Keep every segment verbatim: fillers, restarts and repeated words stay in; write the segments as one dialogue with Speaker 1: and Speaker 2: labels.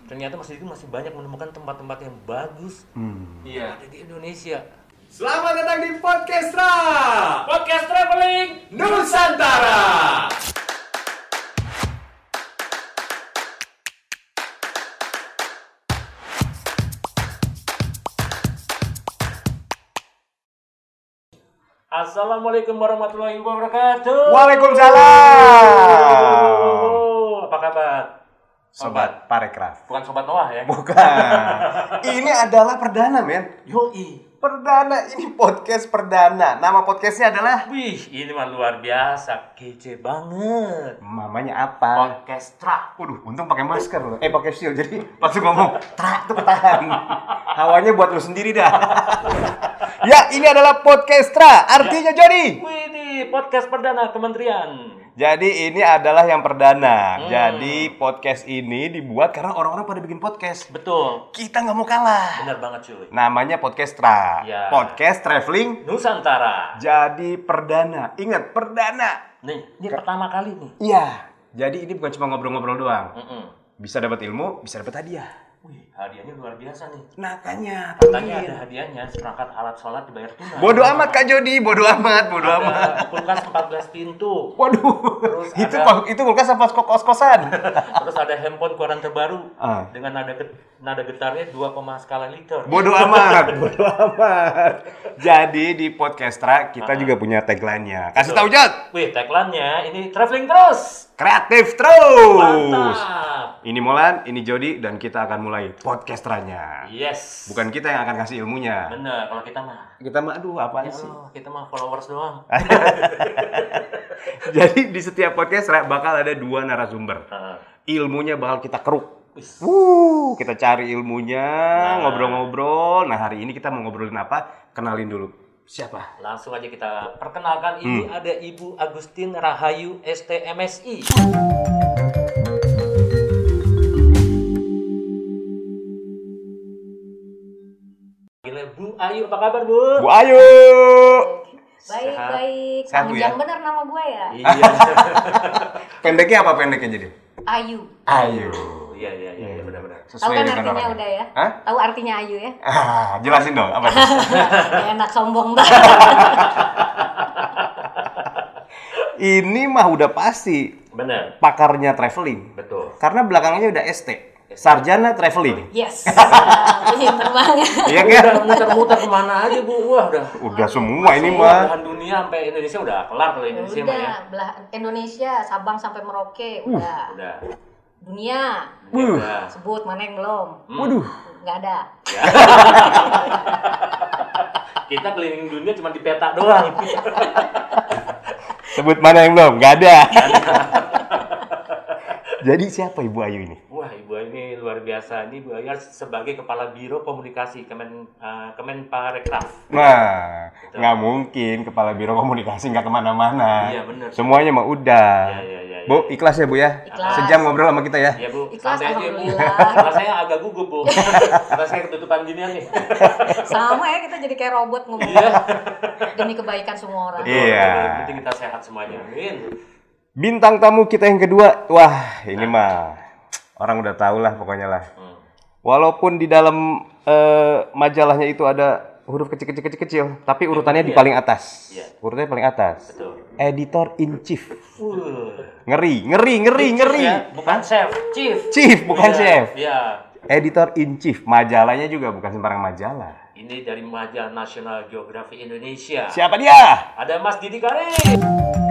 Speaker 1: ternyata Mas Didi masih banyak menemukan tempat-tempat yang bagus
Speaker 2: Hmm.
Speaker 1: Iya. Ada di Indonesia.
Speaker 3: Selamat datang di Podcastra,
Speaker 1: Podcast Traveling
Speaker 3: Nusantara.
Speaker 1: Assalamualaikum warahmatullahi wabarakatuh.
Speaker 2: Waalaikumsalam.
Speaker 1: Apa kabar?
Speaker 2: Sobat Parekraf.
Speaker 1: Bukan Sobat Noah ya?
Speaker 2: Bukan. Ini adalah perdana, men.
Speaker 1: Yoi.
Speaker 2: Perdana, ini podcast perdana. Nama podcastnya adalah...
Speaker 1: Wih, ini mah luar biasa, kece banget.
Speaker 2: Namanya apa?
Speaker 1: Podcastra.
Speaker 2: Waduh, untung pakai masker loh. Eh, pakai shield. Jadi langsung ngomong, tra, itu ketahan. Hawanya buat lu sendiri dah. Ya, ini adalah Podcastra. Artinya, ya. Jody.
Speaker 1: Wih, ini podcast perdana kementerian.
Speaker 2: Jadi ini adalah yang perdana.
Speaker 1: Hmm.
Speaker 2: Jadi podcast ini dibuat karena orang-orang pada bikin podcast.
Speaker 1: Betul.
Speaker 2: Kita nggak mau kalah.
Speaker 1: Benar banget cuy.
Speaker 2: Namanya Podcastra.
Speaker 1: Ya.
Speaker 2: Podcast Traveling
Speaker 1: Nusantara.
Speaker 2: jadi perdana. Ingat, perdana.
Speaker 1: Nih, ini pertama kali nih.
Speaker 2: Iya. Jadi ini bukan cuma ngobrol-ngobrol doang.
Speaker 1: Mm-mm.
Speaker 2: Bisa dapat ilmu, bisa dapat hadiah.
Speaker 1: Wih, hadiahnya luar biasa nih.
Speaker 2: Nakanya,
Speaker 1: Katanya ada hadiahnya seperangkat alat sholat dibayar tunai.
Speaker 2: Bodoh amat Kak Jody, bodoh amat, bodoh
Speaker 1: Ada
Speaker 2: amat.
Speaker 1: kulkas empat belas pintu.
Speaker 2: Waduh.
Speaker 1: Terus
Speaker 2: itu
Speaker 1: ada-
Speaker 2: itu kulkas apa kos-kosan?
Speaker 1: Terus ada handphone keluaran terbaru
Speaker 2: Ah.
Speaker 1: dengan nada get- nada getarnya dua koma skala liter.
Speaker 2: Bodoh amat, bodoh amat. Jadi di Podcastra kita
Speaker 1: Uh-huh.
Speaker 2: juga punya tagline-nya. Kasih
Speaker 1: Betul.
Speaker 2: tahu Jod.
Speaker 1: Wih, tagline-nya ini traveling terus.
Speaker 2: Kreatif terus.
Speaker 1: Mantap.
Speaker 2: Ini Molan, ini Jody dan kita akan mulai Podcastranya.
Speaker 1: Yes.
Speaker 2: Bukan kita yang akan kasih ilmunya.
Speaker 1: Bener, kalau kita mah.
Speaker 2: Kita mah aduh apaan
Speaker 1: Ya
Speaker 2: sih?
Speaker 1: Allah, kita mah followers doang.
Speaker 2: Jadi di setiap podcast bakal ada dua narasumber.
Speaker 1: Heeh.
Speaker 2: Ilmunya bakal kita keruk.
Speaker 1: Wis.
Speaker 2: Wuh, kita cari ilmunya,
Speaker 1: Nah.
Speaker 2: ngobrol-ngobrol. Nah, hari ini kita mau ngobrolin apa? Kenalin dulu. Siapa?
Speaker 1: Langsung aja kita perkenalkan. Ini
Speaker 2: Hmm.
Speaker 1: ada Ibu Agustin Rahayu S T M S I. Gila, Bu Ayu, apa kabar Bu?
Speaker 2: Bu Ayu.
Speaker 4: Baik,
Speaker 1: Sehat.
Speaker 4: baik.
Speaker 2: Sehat, Bu,
Speaker 4: Panjang
Speaker 2: ya?
Speaker 4: bener nama gue ya.
Speaker 1: Iya.
Speaker 2: Pendeknya apa pendeknya jadi?
Speaker 4: Ayu.
Speaker 2: Ayu.
Speaker 1: Iya, iya, iya, iya, benar-benar.
Speaker 4: Tahu
Speaker 2: Sesuai
Speaker 4: kan
Speaker 2: dengan
Speaker 4: artinya
Speaker 2: orangnya.
Speaker 4: udah ya?
Speaker 2: Hah?
Speaker 4: Tahu artinya Ayu ya?
Speaker 2: Ah, jelasin dong apa itu?
Speaker 4: Ya, enak sombong banget.
Speaker 2: Ini mah udah pasti
Speaker 1: Benar.
Speaker 2: pakarnya traveling.
Speaker 1: Betul.
Speaker 2: Karena belakangnya udah S T. Sarjana Traveling.
Speaker 4: Yes. Pinter banget.
Speaker 2: Iya
Speaker 1: Udah
Speaker 2: kan?
Speaker 1: muter-muter kemana aja Bu? Wah, udah.
Speaker 2: Udah semua ini
Speaker 1: Semua
Speaker 2: mah.
Speaker 1: belahan dunia sampai Indonesia udah kelar kalau Indonesia mah ya.
Speaker 4: Udah, belah Indonesia, Sabang sampai Merauke,
Speaker 2: Uh.
Speaker 4: udah.
Speaker 1: Udah.
Speaker 4: Dunia,
Speaker 2: Uh.
Speaker 1: Udah.
Speaker 4: sebut mana yang belum?
Speaker 1: Hmm.
Speaker 2: Waduh.
Speaker 4: Nggak ada.
Speaker 1: Ya. Kita keliling dunia cuma di peta doang.
Speaker 2: Sebut mana yang belum? Gak ada. Jadi siapa Ibu Ayu ini?
Speaker 1: Wah, Ibu Ayu ini luar biasa. Ini Ibu Ayu sebagai Kepala Biro Komunikasi Kemen uh, Kemenparekraf.
Speaker 2: Nah, nggak mungkin Kepala Biro Komunikasi nggak kemana-mana.
Speaker 1: Iya, bener.
Speaker 2: Semuanya mah udah.
Speaker 1: Iya, iya, iya.
Speaker 2: Bu, ikhlas ya Bu ya?
Speaker 4: Ikhlas.
Speaker 2: Sejam ngobrol sama kita ya?
Speaker 1: Iya, Bu.
Speaker 4: Ikhlas,
Speaker 1: Santai aja, Bu.
Speaker 4: alhamdulillah.
Speaker 1: Karena saya agak gugup, Bu. Karena saya ketutupan ginian nih.
Speaker 4: Sama ya, kita jadi kayak robot ngomong.
Speaker 1: Iya.
Speaker 4: Demi kebaikan semua orang.
Speaker 2: Iya.
Speaker 1: Yang penting kita sehat semuanya. Amin.
Speaker 2: Bintang tamu kita yang kedua, wah ini mah orang udah tahu lah pokoknya lah.
Speaker 1: Hmm.
Speaker 2: Walaupun di dalam eh, majalahnya itu ada huruf kecil-kecil-kecil, tapi urutannya di
Speaker 1: Iya.
Speaker 2: paling atas.
Speaker 1: Iya.
Speaker 2: Urutannya paling atas.
Speaker 1: Betul.
Speaker 2: Editor in chief.
Speaker 1: Uh.
Speaker 2: Ngeri, ngeri, ngeri, ngeri.
Speaker 1: Ya, bukan chef, chief.
Speaker 2: Chief, bukan
Speaker 1: Iya,
Speaker 2: chef.
Speaker 1: Iya.
Speaker 2: Editor in chief. Majalahnya juga bukan sembarang majalah.
Speaker 1: Ini dari majalah National Geographic Indonesia.
Speaker 2: Siapa dia?
Speaker 1: Ada Mas Didi Karim.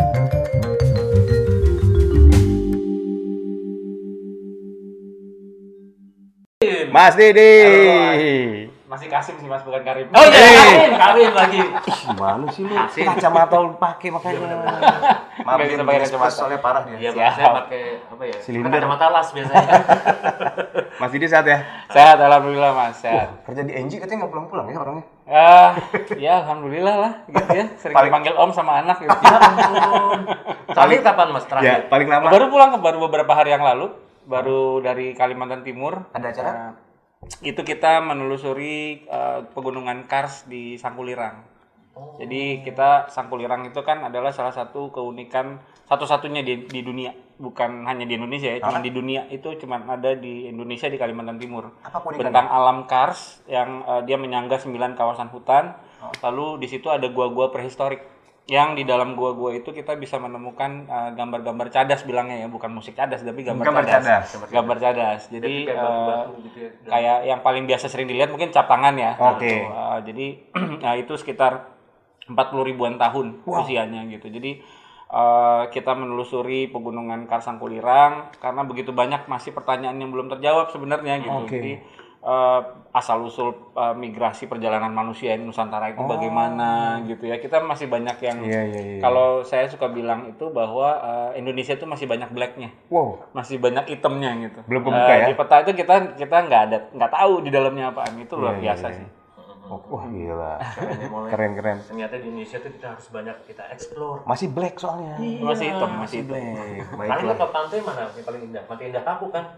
Speaker 2: Mas Didi.
Speaker 5: Masih Kasim sih Mas, bukan Karim.
Speaker 1: Oh iya,
Speaker 2: Eh.
Speaker 1: Karim, Karim lagi.
Speaker 2: Gimana sih lu?
Speaker 1: Kasih.
Speaker 2: Kacamata lu pakai makanya. Maaf,
Speaker 5: Nggak bisa pakai kacamata.
Speaker 2: soalnya parah dia.
Speaker 1: Iya,
Speaker 5: Siap.
Speaker 1: saya pakai apa ya?
Speaker 2: Silinder.
Speaker 1: Pakai kacamata las biasanya.
Speaker 2: Mas Didi sehat ya?
Speaker 5: Sehat, alhamdulillah Mas, sehat.
Speaker 2: Kerja di N G katanya nggak pulang-pulang ya orangnya?
Speaker 5: Ah, ya alhamdulillah lah, gitu ya. Sering
Speaker 2: Paling-
Speaker 5: dipanggil Om sama anak gitu.
Speaker 1: Ya ampun. Terakhir kapan Mas?
Speaker 2: Ya,
Speaker 1: Terakhir.
Speaker 2: paling lama.
Speaker 5: Baru pulang ke baru beberapa hari yang lalu, baru dari Kalimantan Timur.
Speaker 2: Ada acara?
Speaker 5: Nah, itu kita menelusuri eh, pegunungan Kars di Sangkulirang.
Speaker 2: Oh.
Speaker 5: Jadi kita Sangkulirang itu kan adalah salah satu keunikan satu-satunya di, di dunia bukan hanya di Indonesia ya, cuma di dunia itu cuma ada di Indonesia di Kalimantan Timur.
Speaker 2: Apa keunikannya?
Speaker 5: Bentang alam Kars yang uh, dia menyangga sembilan kawasan hutan. Oh. Lalu di situ ada gua-gua prehistorik. Yang di dalam gua-gua itu kita bisa menemukan uh, gambar-gambar cadas bilangnya ya, bukan musik cadas tapi gambar,
Speaker 2: gambar
Speaker 5: cadas.
Speaker 2: cadas.
Speaker 5: Gambar cadas. Jadi,
Speaker 1: Jadi kayak
Speaker 5: uh,
Speaker 1: batu-batu gitu ya.
Speaker 5: kayak yang paling biasa sering dilihat mungkin cap tangan ya.
Speaker 2: Oke.
Speaker 5: Gitu. Uh, jadi nah itu sekitar empat puluh ribuan tahun
Speaker 2: Wow.
Speaker 5: usianya gitu. Jadi uh, kita menelusuri pegunungan Kars Sangkulirang karena begitu banyak masih pertanyaan yang belum terjawab sebenarnya gitu.
Speaker 2: Oke.
Speaker 5: Jadi uh, asal usul uh, migrasi perjalanan manusia di Nusantara itu
Speaker 2: Oh.
Speaker 5: bagaimana gitu ya. Kita masih banyak yang
Speaker 2: Iya, iya, iya.
Speaker 5: kalau saya suka bilang itu bahwa uh, Indonesia itu masih banyak blacknya.
Speaker 2: Wow.
Speaker 5: Masih banyak itemnya gitu.
Speaker 2: Belum kebuka
Speaker 5: Eh,
Speaker 2: ya?
Speaker 5: Di peta itu kita kita nggak ada nggak tahu di dalamnya apaan. Itu luar
Speaker 2: Iya, iya,
Speaker 5: biasa
Speaker 2: iya.
Speaker 5: sih.
Speaker 2: Oh, wah gila.
Speaker 1: Keren ya, mulai.
Speaker 2: Keren keren.
Speaker 1: Ternyata di Indonesia tuh kita harus banyak kita explore.
Speaker 2: Masih black soalnya.
Speaker 5: Masih hitam, masih hitam.
Speaker 2: Black.
Speaker 1: Paling
Speaker 2: Baiklah.
Speaker 1: ke pantai mana yang paling indah? Pantai Indah Kapuk kan?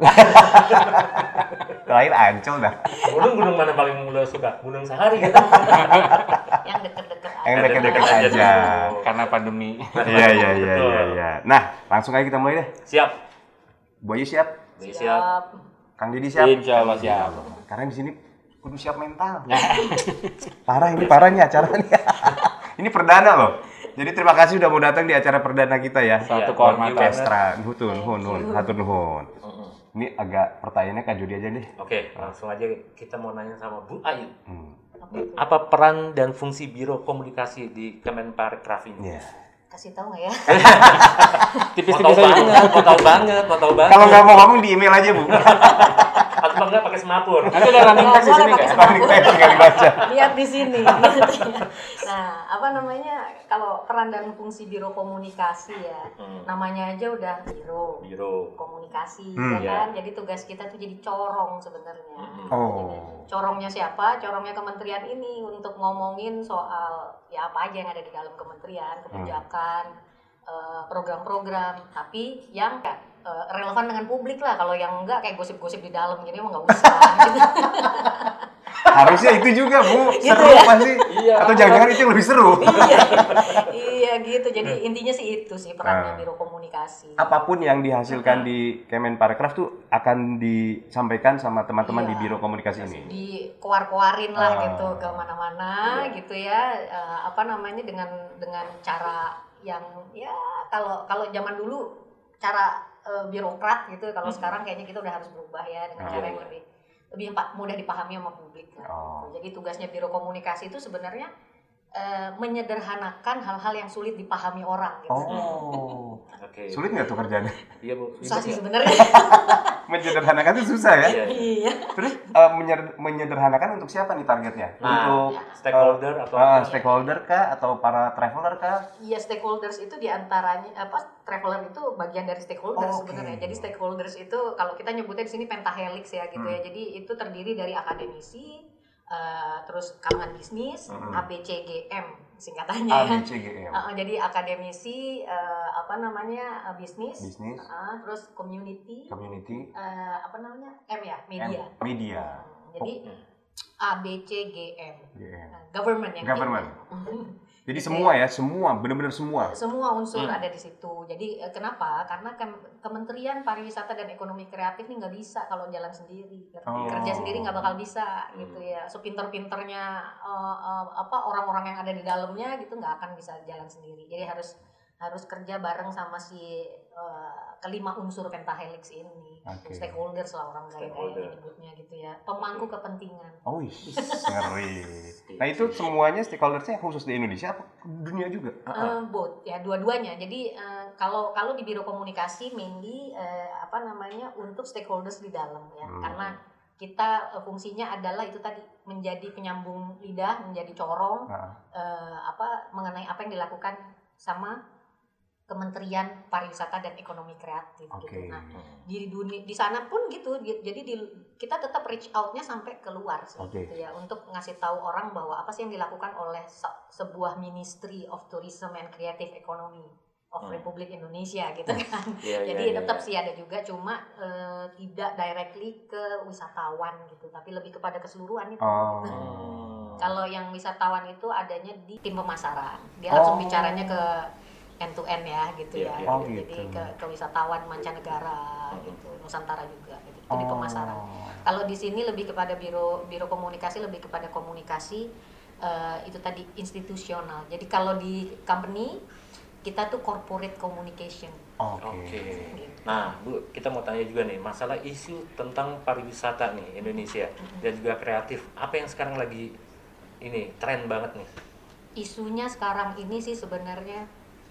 Speaker 2: Terakhir Ancol dah.
Speaker 1: Gunung-gunung mana paling lo suka? Gunung Sahari kan?
Speaker 4: Yang deket-deket aja.
Speaker 2: Yang deket-deket
Speaker 1: Deket
Speaker 2: aja.
Speaker 5: Karena pandemi.
Speaker 2: Iya iya iya
Speaker 1: Betul.
Speaker 2: iya iya. Nah, langsung aja kita mulai deh.
Speaker 1: Siap.
Speaker 2: Bu Ayu siap?
Speaker 1: Siap.
Speaker 2: Kang Didi siap?
Speaker 5: Insya Allah siap.
Speaker 2: Karena di sini kudu siap mental. Parah ini parahnya acaranya. Ini perdana loh. Jadi terima kasih udah mau datang di acara perdana kita ya.
Speaker 5: Satu
Speaker 1: Iya,
Speaker 5: kehormatan.
Speaker 2: Orkestra. Nuhun, nuhun, nuhun, hatur nuhun. Ini agak pertanyaannya Kak Jody aja deh.
Speaker 1: Oke, langsung aja kita mau nanya sama Bu Ayu.
Speaker 2: Hmm.
Speaker 1: Apa peran dan fungsi Biro Komunikasi di Kemenparekraf ini?
Speaker 2: Iya.
Speaker 4: Kasih tahu nggak ya?
Speaker 1: Mau
Speaker 5: Tipis-tipis
Speaker 1: tahu
Speaker 5: aja.
Speaker 1: banget, mau tahu banget, mau tahu banget.
Speaker 2: Kalau nggak mau ngomong di email aja Bu.
Speaker 1: Atau enggak pakai semapur.
Speaker 5: Nanti ada running
Speaker 4: Nggak
Speaker 5: text di
Speaker 4: boleh
Speaker 5: sini
Speaker 4: pakai
Speaker 5: nggak?
Speaker 4: semapur.
Speaker 2: Tinggal dibaca.
Speaker 4: Lihat di sini. Nah, apa namanya? Kalau peran dan fungsi Biro Komunikasi ya,
Speaker 1: Hmm.
Speaker 4: namanya aja udah biro
Speaker 1: Biro.
Speaker 4: komunikasi,
Speaker 2: Hmm.
Speaker 4: ya kan? Jadi tugas kita tuh jadi corong sebenarnya.
Speaker 1: Hmm.
Speaker 2: Oh.
Speaker 4: Corongnya siapa? Corongnya kementerian ini untuk ngomongin soal ya apa aja yang ada di dalam kementerian, kebijakan, eh, program-program, tapi yang nggak eh, relevan dengan publik lah. Kalau yang enggak kayak gosip-gosip di dalam gini emang nggak usah. Gitu.
Speaker 2: Harusnya itu juga Bu.
Speaker 4: Gitu
Speaker 2: Seru
Speaker 4: ya?
Speaker 2: pasti.
Speaker 1: Iya.
Speaker 2: Atau jangan-jangan itu yang lebih seru.
Speaker 4: iya, iya gitu. Jadi intinya sih itu sih perannya
Speaker 2: Ah.
Speaker 4: Biro Komunikasi.
Speaker 2: Apapun yang dihasilkan di Kemenparekraf tuh akan disampaikan sama teman-teman
Speaker 4: Iya.
Speaker 2: di Biro Komunikasi ini.
Speaker 4: Dikeluar-keluarin lah
Speaker 2: Ah.
Speaker 4: gitu ke mana-mana gitu ya. Eh, apa namanya dengan dengan cara yang ya kalau kalau zaman dulu cara eh, birokrat gitu. Kalau sekarang kayaknya kita udah harus berubah ya dengan
Speaker 2: Ah.
Speaker 4: cara yang lebih lebih pa- mudah dipahami sama publik. Lah.
Speaker 2: Oh.
Speaker 4: Jadi tugasnya Biro Komunikasi itu sebenarnya eh, menyederhanakan hal-hal yang sulit dipahami orang gitu.
Speaker 2: Oh.
Speaker 1: Oke.
Speaker 2: Sulit nggak tuh kerjanya?
Speaker 1: Iya, Bu.
Speaker 4: Susah
Speaker 1: Ribet
Speaker 4: sih
Speaker 1: ya?
Speaker 4: sebenarnya.
Speaker 2: Menyederhanakan itu susah ya.
Speaker 1: Iya.
Speaker 4: Iya.
Speaker 2: Terus eh, menyer- menyederhanakan untuk siapa nih targetnya?
Speaker 1: Nah,
Speaker 2: untuk
Speaker 1: stakeholder
Speaker 2: eh,
Speaker 1: atau
Speaker 2: eh,
Speaker 1: apa?
Speaker 2: stakeholder kah atau para traveler kah?
Speaker 4: Iya, stakeholders itu diantaranya apa traveler itu bagian dari stakeholders
Speaker 2: Oke.
Speaker 4: sebenarnya. Jadi stakeholders itu kalau kita nyebutnya di sini pentahelix ya gitu
Speaker 2: Hmm.
Speaker 4: ya. Jadi itu terdiri dari akademisi, eh, terus kalangan bisnis,
Speaker 2: Hmm.
Speaker 4: A B C G M singkatannya
Speaker 2: A,
Speaker 4: ya.
Speaker 2: B, C, G, M.
Speaker 4: Uh, jadi akademisi eh, apa namanya eh, bisnis,
Speaker 2: Bisnis,
Speaker 4: uh, terus community,
Speaker 2: community,
Speaker 4: eh, apa namanya M ya media.
Speaker 2: M, media,
Speaker 4: Hmm, Jadi A B C G M,
Speaker 2: G, M.
Speaker 4: Nah, government yang
Speaker 2: Government.
Speaker 4: ketiga.
Speaker 2: Jadi semua ya, semua, benar-benar semua.
Speaker 4: Semua unsur
Speaker 1: Hmm.
Speaker 4: ada di situ. Jadi eh, kenapa? Karena Kem- Kementerian Pariwisata dan Ekonomi Kreatif ini nggak bisa kalau jalan sendiri.
Speaker 2: Oh.
Speaker 4: Kerja sendiri nggak bakal bisa gitu ya. Sepinter-pinternya eh, eh, apa orang-orang yang ada di dalamnya gitu nggak akan bisa jalan sendiri. Jadi harus harus kerja bareng sama si eh, kelima unsur pentahelix ini.
Speaker 2: Oke.
Speaker 4: Stakeholders lah orang gaya-gaya
Speaker 1: Stakeholder.
Speaker 4: nyebutnya gitu ya. Pemangku kepentingan.
Speaker 2: Oh, ih, ngeri. Nah itu semuanya stakeholdersnya khusus di Indonesia apa dunia juga?
Speaker 4: Eh, both ya dua-duanya. Jadi eh, kalau kalau di Biro Komunikasi mainly eh, apa namanya untuk stakeholders di dalam ya.
Speaker 2: Hmm.
Speaker 4: Karena kita eh, fungsinya adalah itu tadi menjadi penyambung lidah, menjadi corong
Speaker 2: Nah,
Speaker 4: eh, apa mengenai apa yang dilakukan sama Kementerian Pariwisata dan Ekonomi Kreatif
Speaker 2: Oke.
Speaker 4: gitu. Nah, di dunia di sana pun gitu. di- Jadi di, kita tetap reach out-nya sampai keluar sih
Speaker 2: Oke.
Speaker 4: gitu ya untuk ngasih tahu orang bahwa apa sih yang dilakukan oleh se- sebuah Ministry of Tourism and Creative Economy of
Speaker 1: Hmm.
Speaker 4: Republik Indonesia gitu kan.
Speaker 1: Iya,
Speaker 4: Jadi
Speaker 1: iya,
Speaker 4: tetap
Speaker 1: iya.
Speaker 4: sih ada juga cuma eh, tidak directly ke wisatawan gitu, tapi lebih kepada keseluruhan itu.
Speaker 2: Oh.
Speaker 4: gitu.
Speaker 1: Hmm.
Speaker 4: Kalau yang wisatawan itu adanya di tim pemasaran. Dia
Speaker 2: Oh.
Speaker 4: langsung bicaranya ke end to end ya gitu
Speaker 1: Iya,
Speaker 4: ya.
Speaker 1: iya.
Speaker 2: Oh,
Speaker 4: Jadi
Speaker 2: gitu.
Speaker 4: ke, ke wisatawan mancanegara gitu, Nusantara juga gitu. Itu di
Speaker 2: Oh.
Speaker 4: pemasaran. Kalau di sini lebih kepada biro biro komunikasi, lebih kepada komunikasi eh, itu tadi institusional. Jadi kalau di company kita tuh corporate communication.
Speaker 2: Oke.
Speaker 1: Oke. Nah, Bu, kita mau tanya juga nih, masalah isu tentang pariwisata nih Indonesia dan juga kreatif. Apa yang sekarang lagi ini tren banget nih?
Speaker 4: Isunya sekarang ini sih sebenarnya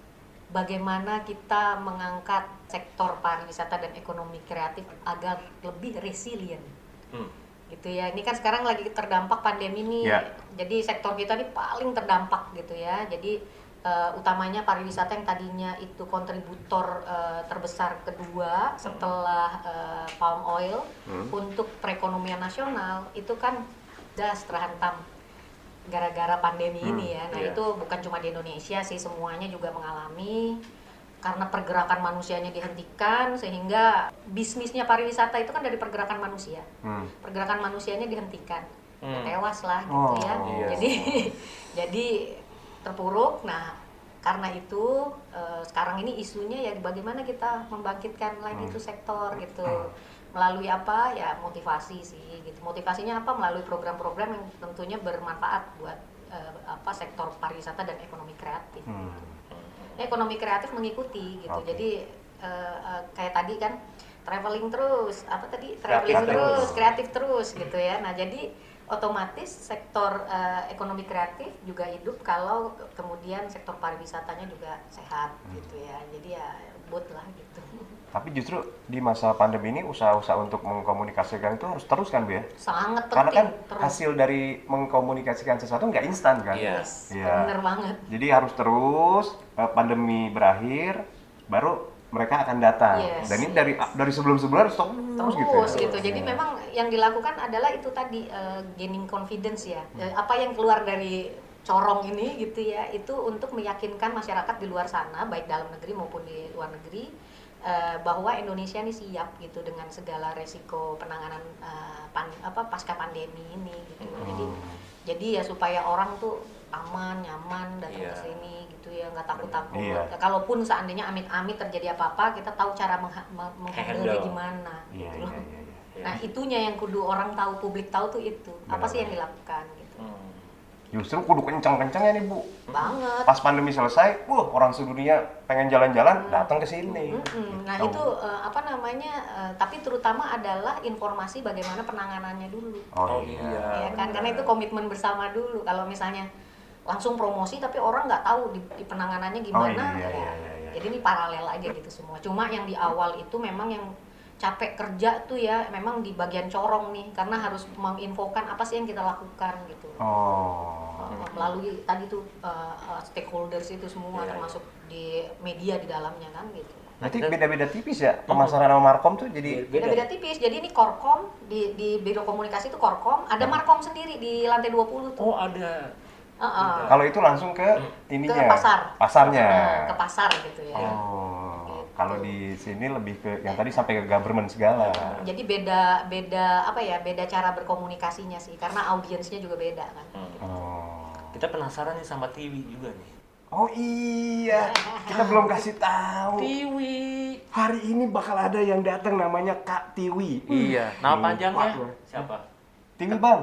Speaker 4: bagaimana kita mengangkat sektor pariwisata dan ekonomi kreatif agar lebih resilient.
Speaker 1: Hmm.
Speaker 4: Gitu ya. Ini kan sekarang lagi terdampak pandemi nih.
Speaker 2: Ya.
Speaker 4: Jadi sektor kita ini paling terdampak gitu ya. Jadi uh, utamanya pariwisata yang tadinya itu kontributor uh, terbesar kedua setelah uh, palm oil
Speaker 2: Hmm.
Speaker 4: untuk perekonomian nasional itu kan das terhantam gara-gara pandemi
Speaker 2: Hmm,
Speaker 4: ini ya. Nah,
Speaker 1: iya.
Speaker 4: itu bukan cuma di Indonesia sih, semuanya juga mengalami karena pergerakan manusianya dihentikan sehingga bisnisnya pariwisata itu kan dari pergerakan manusia.
Speaker 2: Hmm.
Speaker 4: Pergerakan manusianya dihentikan. Ya,
Speaker 1: Hmm.
Speaker 4: tewas lah gitu
Speaker 2: Oh,
Speaker 4: ya.
Speaker 1: iya.
Speaker 4: Jadi jadi terpuruk. Nah, karena itu eh, sekarang ini isunya ya bagaimana kita membangkitkan lagi
Speaker 2: Hmm.
Speaker 4: itu sektor gitu. Melalui apa? Ya motivasi sih gitu. Motivasinya apa? Melalui program-program yang tentunya bermanfaat buat eh, apa sektor pariwisata dan ekonomi kreatif.
Speaker 2: Hmm.
Speaker 4: Ekonomi kreatif mengikuti gitu.
Speaker 2: Oke.
Speaker 4: Jadi eh, eh, kayak tadi kan traveling terus, apa tadi
Speaker 1: Kreatif
Speaker 4: traveling terus,
Speaker 1: terus.
Speaker 4: kreatif terus gitu ya. Nah, jadi otomatis sektor eh, ekonomi kreatif juga hidup kalau ke- kemudian sektor pariwisatanya juga sehat gitu ya. Jadi ya both lah gitu.
Speaker 2: Tapi justru di masa pandemi ini usaha-usaha untuk mengkomunikasikan itu harus terus kan, Bu ya?
Speaker 4: Sangat
Speaker 2: Karena
Speaker 4: penting
Speaker 2: kan
Speaker 4: terus.
Speaker 2: hasil dari mengkomunikasikan sesuatu nggak instan kan?
Speaker 1: Iya.
Speaker 4: Yes,
Speaker 2: Iya.
Speaker 4: bener banget.
Speaker 2: Jadi harus terus eh, pandemi berakhir baru mereka akan datang.
Speaker 4: Yes,
Speaker 2: Dan ini
Speaker 4: yes.
Speaker 2: dari dari sebelum-sebelumnya harus terus,
Speaker 4: Terus
Speaker 2: gitu.
Speaker 4: gitu,
Speaker 2: ya?
Speaker 4: Jadi
Speaker 2: Iya.
Speaker 4: memang yang dilakukan adalah itu tadi eh, gaining confidence ya. Eh, apa yang keluar dari corong ini gitu ya, itu untuk meyakinkan masyarakat di luar sana, baik dalam negeri maupun di luar negeri, eh, bahwa Indonesia ini siap gitu dengan segala resiko penanganan eh, pan- apa pasca pandemi ini gitu. Jadi jadi ya supaya orang tuh aman, nyaman datang
Speaker 1: Iya.
Speaker 4: ke sini gitu ya, nggak takut-takut.
Speaker 2: Iya.
Speaker 4: Kalaupun seandainya amit-amit terjadi apa-apa, kita tahu cara mengha- meng- menghandle
Speaker 1: Handle.
Speaker 4: gimana
Speaker 2: Iya,
Speaker 4: gitu
Speaker 2: iya,
Speaker 4: loh.
Speaker 2: iya, iya.
Speaker 1: Ya.
Speaker 4: Nah, itunya yang kudu orang tahu, publik tahu tuh itu. Apa sih yang
Speaker 2: Benar-benar.
Speaker 4: dilakukan gitu.
Speaker 1: Hmm.
Speaker 2: Justru kudu kencang-kencangnya nih, Bu.
Speaker 4: Banget.
Speaker 2: Pas pandemi selesai, wah orang sedunia pengen jalan-jalan datang ke sini.
Speaker 4: Mm-mm. Nah,
Speaker 2: Gitu.
Speaker 4: itu eh, apa namanya? eh, tapi terutama adalah informasi bagaimana penanganannya dulu.
Speaker 2: Oh,
Speaker 1: Oh,
Speaker 2: iya.
Speaker 1: iya.
Speaker 4: Ya kan, karena itu komitmen bersama dulu. Kalau misalnya langsung promosi tapi orang nggak tahu di, di penanganannya gimana,
Speaker 2: iya,
Speaker 4: ya.
Speaker 2: iya, iya, iya.
Speaker 4: Jadi ini paralel aja gitu semua. Cuma yang di awal itu memang yang capek kerja tuh ya, memang di bagian corong nih, karena harus menginfokan apa sih yang kita lakukan gitu.
Speaker 2: Oh.
Speaker 4: Uh, melalui tadi tuh uh, uh, stakeholders itu semua
Speaker 1: Iya,
Speaker 4: termasuk di media di dalamnya kan gitu.
Speaker 2: Berarti
Speaker 1: Dan-
Speaker 2: beda-beda tipis ya pemasaran sama Markom tuh jadi
Speaker 4: Beda-beda tipis. Jadi ini Korkom di di biro komunikasi itu Korkom, ada Markom sendiri di lantai dua puluh tuh.
Speaker 1: Oh, ada.
Speaker 4: Uh-uh.
Speaker 2: kalau itu langsung ke ininya.
Speaker 4: Ke pasar.
Speaker 2: Pasarnya.
Speaker 4: Uh, ke pasar gitu ya.
Speaker 2: Oh.
Speaker 4: Gitu.
Speaker 2: Kalau di sini lebih ke yang tadi sampai ke government segala.
Speaker 4: Jadi beda beda apa ya? Beda cara berkomunikasinya sih karena audiensnya juga beda kan.
Speaker 1: Hmm.
Speaker 2: Oh.
Speaker 1: Kita penasaran nih sama Tiwi juga nih.
Speaker 2: Oh iya, kita belum kasih tahu.
Speaker 1: Tiwi.
Speaker 2: Hari ini bakal ada yang datang namanya Kak Tiwi.
Speaker 1: Iya. Nama
Speaker 2: Lupa
Speaker 1: panjangnya
Speaker 2: gua.
Speaker 1: siapa?
Speaker 2: Tiwi Bang.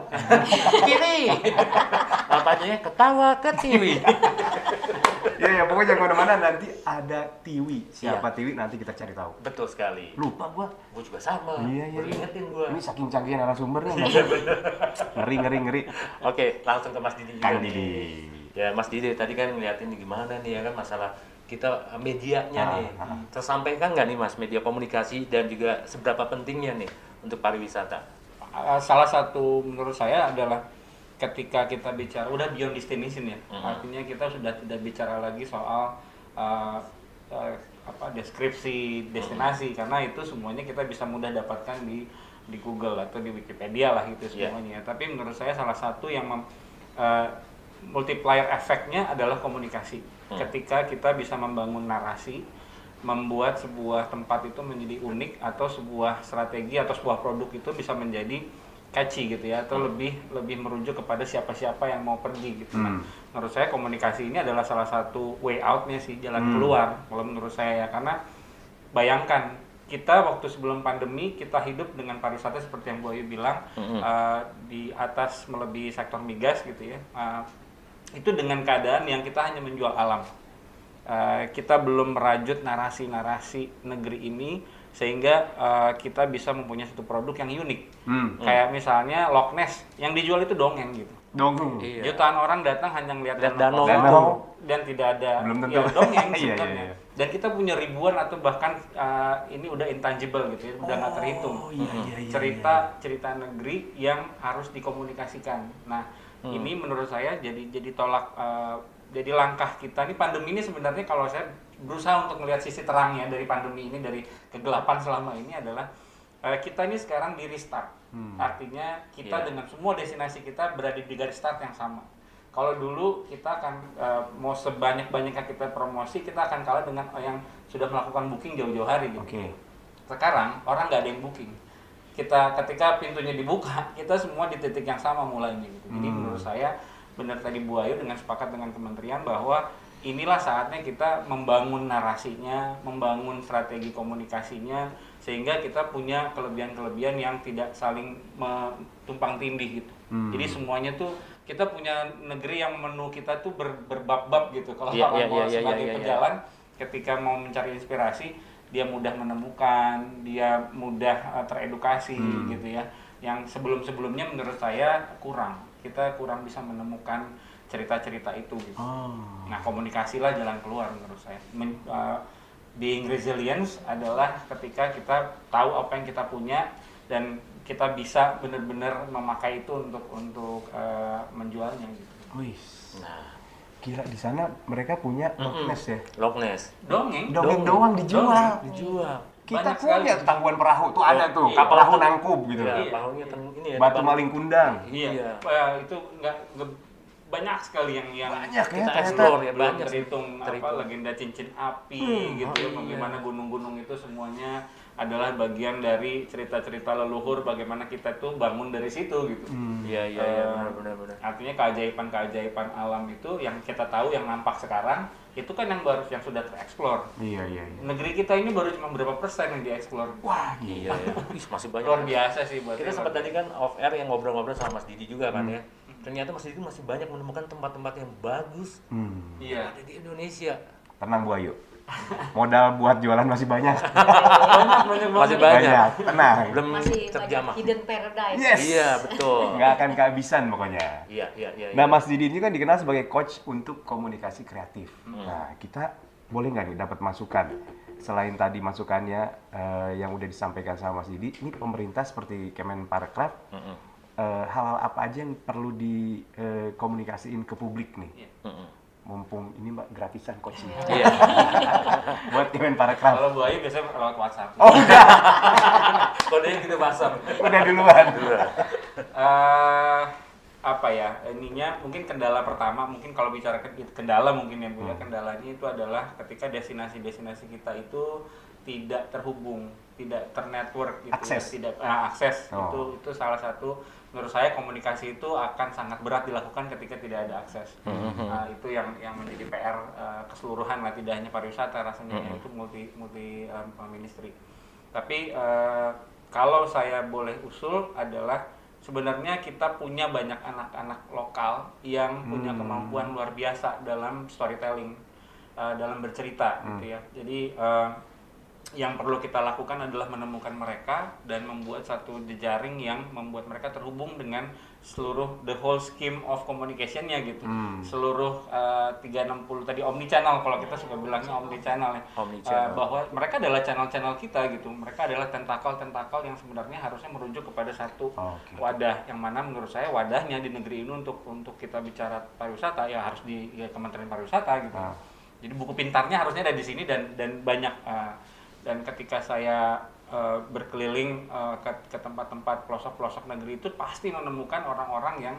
Speaker 1: Kiri. Nama panjangnya ketawa ke Tiwi.
Speaker 2: Ya ya pokoknya kemana-mana nanti ada Tiwi. Siapa
Speaker 1: Iya.
Speaker 2: Tiwi nanti kita cari tahu.
Speaker 1: Betul sekali.
Speaker 2: Lupa gua.
Speaker 1: Gue juga sama.
Speaker 2: Iya, iya,
Speaker 1: Baru
Speaker 2: iya.
Speaker 1: ingetin gue.
Speaker 2: Ini saking canggih narasumbernya. ngeri ngeri ngeri.
Speaker 1: Oke, langsung ke Mas Didi juga.
Speaker 2: Kang
Speaker 1: nih.
Speaker 2: Didi.
Speaker 1: Ya, Mas Didi tadi kan ngeliatin nih gimana nih ya kan masalah kita eh, medianya
Speaker 2: Ah,
Speaker 1: nih.
Speaker 2: ah.
Speaker 1: Tersampaikan nggak nih Mas media komunikasi dan juga seberapa pentingnya nih untuk pariwisata?
Speaker 5: Uh, salah satu menurut saya adalah ketika kita bicara udah beyond destination ya,
Speaker 1: Mhm.
Speaker 5: artinya kita sudah tidak bicara lagi soal uh, uh, apa deskripsi destinasi karena itu semuanya kita bisa mudah dapatkan di di Google atau di Wikipedia lah gitu
Speaker 1: Iya.
Speaker 5: semuanya. Tapi menurut saya salah satu yang mem- uh, multiplier efeknya adalah komunikasi.
Speaker 1: Hmm.
Speaker 5: Ketika kita bisa membangun narasi, membuat sebuah tempat itu menjadi unik atau sebuah strategi atau sebuah produk itu bisa menjadi catchy gitu ya, atau lebih lebih merujuk kepada siapa-siapa yang mau pergi gitu. Nah, menurut saya komunikasi ini adalah salah satu way out-nya sih, jalan
Speaker 2: Hmm.
Speaker 5: keluar kalau menurut saya ya. Karena bayangkan kita waktu sebelum pandemi kita hidup dengan pariwisata seperti yang Bu Ayu bilang,
Speaker 1: Mm-mm.
Speaker 5: uh, di atas melebihi sektor migas gitu ya. Uh, itu dengan keadaan yang kita hanya menjual alam. Uh, kita belum merajut narasi-narasi negeri ini sehingga uh, kita bisa mempunyai satu produk yang unik.
Speaker 2: Hmm.
Speaker 5: Kayak misalnya Loch Ness yang dijual itu dongeng gitu.
Speaker 2: Dongeng.
Speaker 1: Iya.
Speaker 5: Jutaan orang datang hanya melihat
Speaker 1: Lihat
Speaker 5: danau
Speaker 1: danau
Speaker 5: kosong
Speaker 2: itu.
Speaker 5: dan tidak ada
Speaker 2: Belum tentu.
Speaker 5: ya, dongeng
Speaker 2: Iya,
Speaker 5: sebenarnya.
Speaker 2: iya, iya.
Speaker 5: Dan kita punya ribuan atau bahkan uh, ini udah intangible gitu ya, udah nggak terhitung.
Speaker 2: Oh, iya, iya, iya,
Speaker 5: cerita cerita negeri yang harus dikomunikasikan. Nah, ini menurut saya jadi jadi tolak uh, jadi langkah kita. Ini pandemi ini sebenarnya kalau saya berusaha untuk melihat sisi terangnya dari pandemi ini, dari kegelapan selama ini adalah uh, kita ini sekarang di restart.
Speaker 2: Hmm.
Speaker 5: Artinya kita
Speaker 1: Iya.
Speaker 5: dengan semua destinasi kita berada di garis start yang sama. Kalau dulu kita akan uh, mau sebanyak-banyaknya kita promosi, kita akan kalah dengan yang sudah melakukan booking jauh-jauh hari gitu.
Speaker 2: Oke.
Speaker 5: Sekarang orang nggak ada yang booking. Kita ketika pintunya dibuka, kita semua di titik yang sama mulainya gitu. Jadi
Speaker 2: Hmm.
Speaker 5: menurut saya benar tadi Bu Ayu dengan sepakat dengan kementerian bahwa inilah saatnya kita membangun narasinya, membangun strategi komunikasinya sehingga kita punya kelebihan-kelebihan yang tidak saling me- tumpang tindih gitu.
Speaker 2: Hmm.
Speaker 5: Jadi semuanya tuh kita punya negeri yang menu kita tuh ber, berbab-bab gitu. Kalau
Speaker 1: Iya,
Speaker 5: orang
Speaker 1: iya,
Speaker 5: mau
Speaker 1: iya, iya,
Speaker 5: sebagai
Speaker 1: iya, iya.
Speaker 5: pejalan ketika mau mencari inspirasi, dia mudah menemukan, dia mudah uh, teredukasi
Speaker 2: Hmm.
Speaker 5: gitu ya. Yang sebelum-sebelumnya menurut saya kurang. Kita kurang bisa menemukan cerita-cerita itu gitu.
Speaker 2: Oh.
Speaker 5: Nah, komunikasilah jalan keluar menurut saya. Men, uh, being resilience adalah ketika kita tahu apa yang kita punya dan kita bisa benar-benar memakai itu untuk untuk uh, menjualnya gitu.
Speaker 2: Wih.
Speaker 1: Nah,
Speaker 2: Gila di sana mereka punya Loch
Speaker 1: Mm-mm.
Speaker 2: Ness ya.
Speaker 1: Loch Ness
Speaker 5: Dongeng.
Speaker 2: Dongeng
Speaker 1: Dongeng.
Speaker 2: doang dijual.
Speaker 5: Dongeng.
Speaker 1: dijual.
Speaker 2: Kita
Speaker 5: Banyak
Speaker 2: punya
Speaker 5: sekali.
Speaker 2: tangguhan perahu tuh ada tuh,
Speaker 5: Iya.
Speaker 2: kapal perahu nangkub gitu.
Speaker 1: Iya,
Speaker 5: Iya.
Speaker 1: pahunya ten- ini ya.
Speaker 2: Batu
Speaker 1: bang-
Speaker 2: maling kundang.
Speaker 5: Iya.
Speaker 1: Iya.
Speaker 5: Eh, itu nggak nggak- banyak sekali yang yang
Speaker 2: Banyak ya
Speaker 1: Kita
Speaker 2: ternyata.
Speaker 1: explore ya,
Speaker 5: belum
Speaker 1: banyak sih.
Speaker 5: terhitung apa
Speaker 1: Terhitung.
Speaker 5: legenda cincin api
Speaker 2: Hmm,
Speaker 5: gitu ya,
Speaker 1: oh iya.
Speaker 5: bagaimana gunung-gunung itu semuanya adalah bagian dari cerita-cerita leluhur bagaimana kita tuh bangun dari situ gitu.
Speaker 2: Hmm.
Speaker 1: Iya, iya, iya,
Speaker 5: Eh,
Speaker 1: benar, benar, benar.
Speaker 5: Artinya keajaiban-keajaiban alam itu yang kita tahu yang nampak sekarang itu kan yang baru yang sudah tereksplor.
Speaker 2: Iya iya iya.
Speaker 5: Negeri kita ini baru cuma berapa persen yang dieksplor.
Speaker 2: Wah
Speaker 1: Iya,
Speaker 2: gila.
Speaker 1: ya. Ih, masih banyak.
Speaker 5: Luar biasa sih buat
Speaker 1: Kita
Speaker 5: saya.
Speaker 1: sempat tadi kan off air yang ngobrol-ngobrol sama Mas Didi juga kan ya. Ternyata Mas Didi masih banyak menemukan tempat-tempat yang bagus
Speaker 2: Hmm.
Speaker 5: Iya.
Speaker 1: ada di Indonesia.
Speaker 2: Tenang Bu Ayu. Modal buat jualan masih banyak.
Speaker 5: banyak banyak
Speaker 1: Masih
Speaker 5: banget.
Speaker 1: banyak.
Speaker 2: Tenang.
Speaker 1: Belum
Speaker 4: Masih banyak
Speaker 1: terjamah.
Speaker 4: hidden paradise.
Speaker 2: Yes.
Speaker 1: Iya, betul.
Speaker 2: Nggak akan kehabisan pokoknya.
Speaker 1: Iya, iya, iya.
Speaker 2: Nah,
Speaker 1: iya.
Speaker 2: Mas Didi ini kan dikenal sebagai coach untuk komunikasi kreatif. Nah, kita boleh nggak nih dapat masukan? Selain tadi masukannya eh, yang udah disampaikan sama Mas Didi, ini pemerintah seperti Kemenparekraf,
Speaker 1: Mm-mm.
Speaker 2: eh, hal-hal apa aja yang perlu dikomunikasiin ke publik nih?
Speaker 1: Mm-mm.
Speaker 2: Mumpung ini Mbak gratisan coaching.
Speaker 1: Iya.
Speaker 2: Buat Kemenparekraf.
Speaker 5: Kalau Bu Ayu biasanya lewat WhatsApp.
Speaker 2: Oh, udah,
Speaker 5: Kodenya kita pasang.
Speaker 2: udah duluan.
Speaker 5: Eh, apa ya ininya mungkin kendala pertama mungkin kalau bicara ke- kendala mungkin yang punya kendalanya itu adalah ketika destinasi-destinasi kita itu tidak terhubung, tidak ternetwork gitu ya,
Speaker 2: Akses.
Speaker 5: tidak ah, akses
Speaker 2: Oh.
Speaker 5: itu itu salah satu menurut saya komunikasi itu akan sangat berat dilakukan ketika tidak ada akses.
Speaker 1: Mhm.
Speaker 5: Nah, itu yang yang menjadi P R eh, keseluruhan lah, tidak hanya pariwisata rasanya
Speaker 1: Mhm.
Speaker 5: itu multi multi um, ministry. Tapi eh, kalau saya boleh usul adalah sebenarnya kita punya banyak anak-anak lokal yang punya
Speaker 2: Hmm.
Speaker 5: kemampuan luar biasa dalam storytelling, uh, dalam bercerita
Speaker 2: Hmm.
Speaker 5: gitu ya. Jadi uh, yang perlu kita lakukan adalah menemukan mereka dan membuat satu jejaring yang membuat mereka terhubung dengan seluruh the whole scheme of communication-nya gitu.
Speaker 2: Hmm.
Speaker 5: Seluruh uh, tiga enam puluh tadi omni channel kalau kita suka bilangnya omni channel ya.
Speaker 1: Omnichannel.
Speaker 5: Uh, bahwa mereka adalah channel-channel kita gitu. Mereka adalah tentakel-tentakel yang sebenarnya harusnya merujuk kepada satu
Speaker 2: Oke.
Speaker 5: wadah yang mana menurut saya wadahnya di negeri ini untuk untuk kita bicara pariwisata ya harus di ya, Kementerian Pariwisata gitu.
Speaker 2: Ah.
Speaker 5: Jadi buku pintarnya harusnya ada di sini dan dan banyak uh, dan ketika saya uh, berkeliling uh, ke, ke tempat-tempat pelosok-pelosok negeri itu pasti menemukan orang-orang yang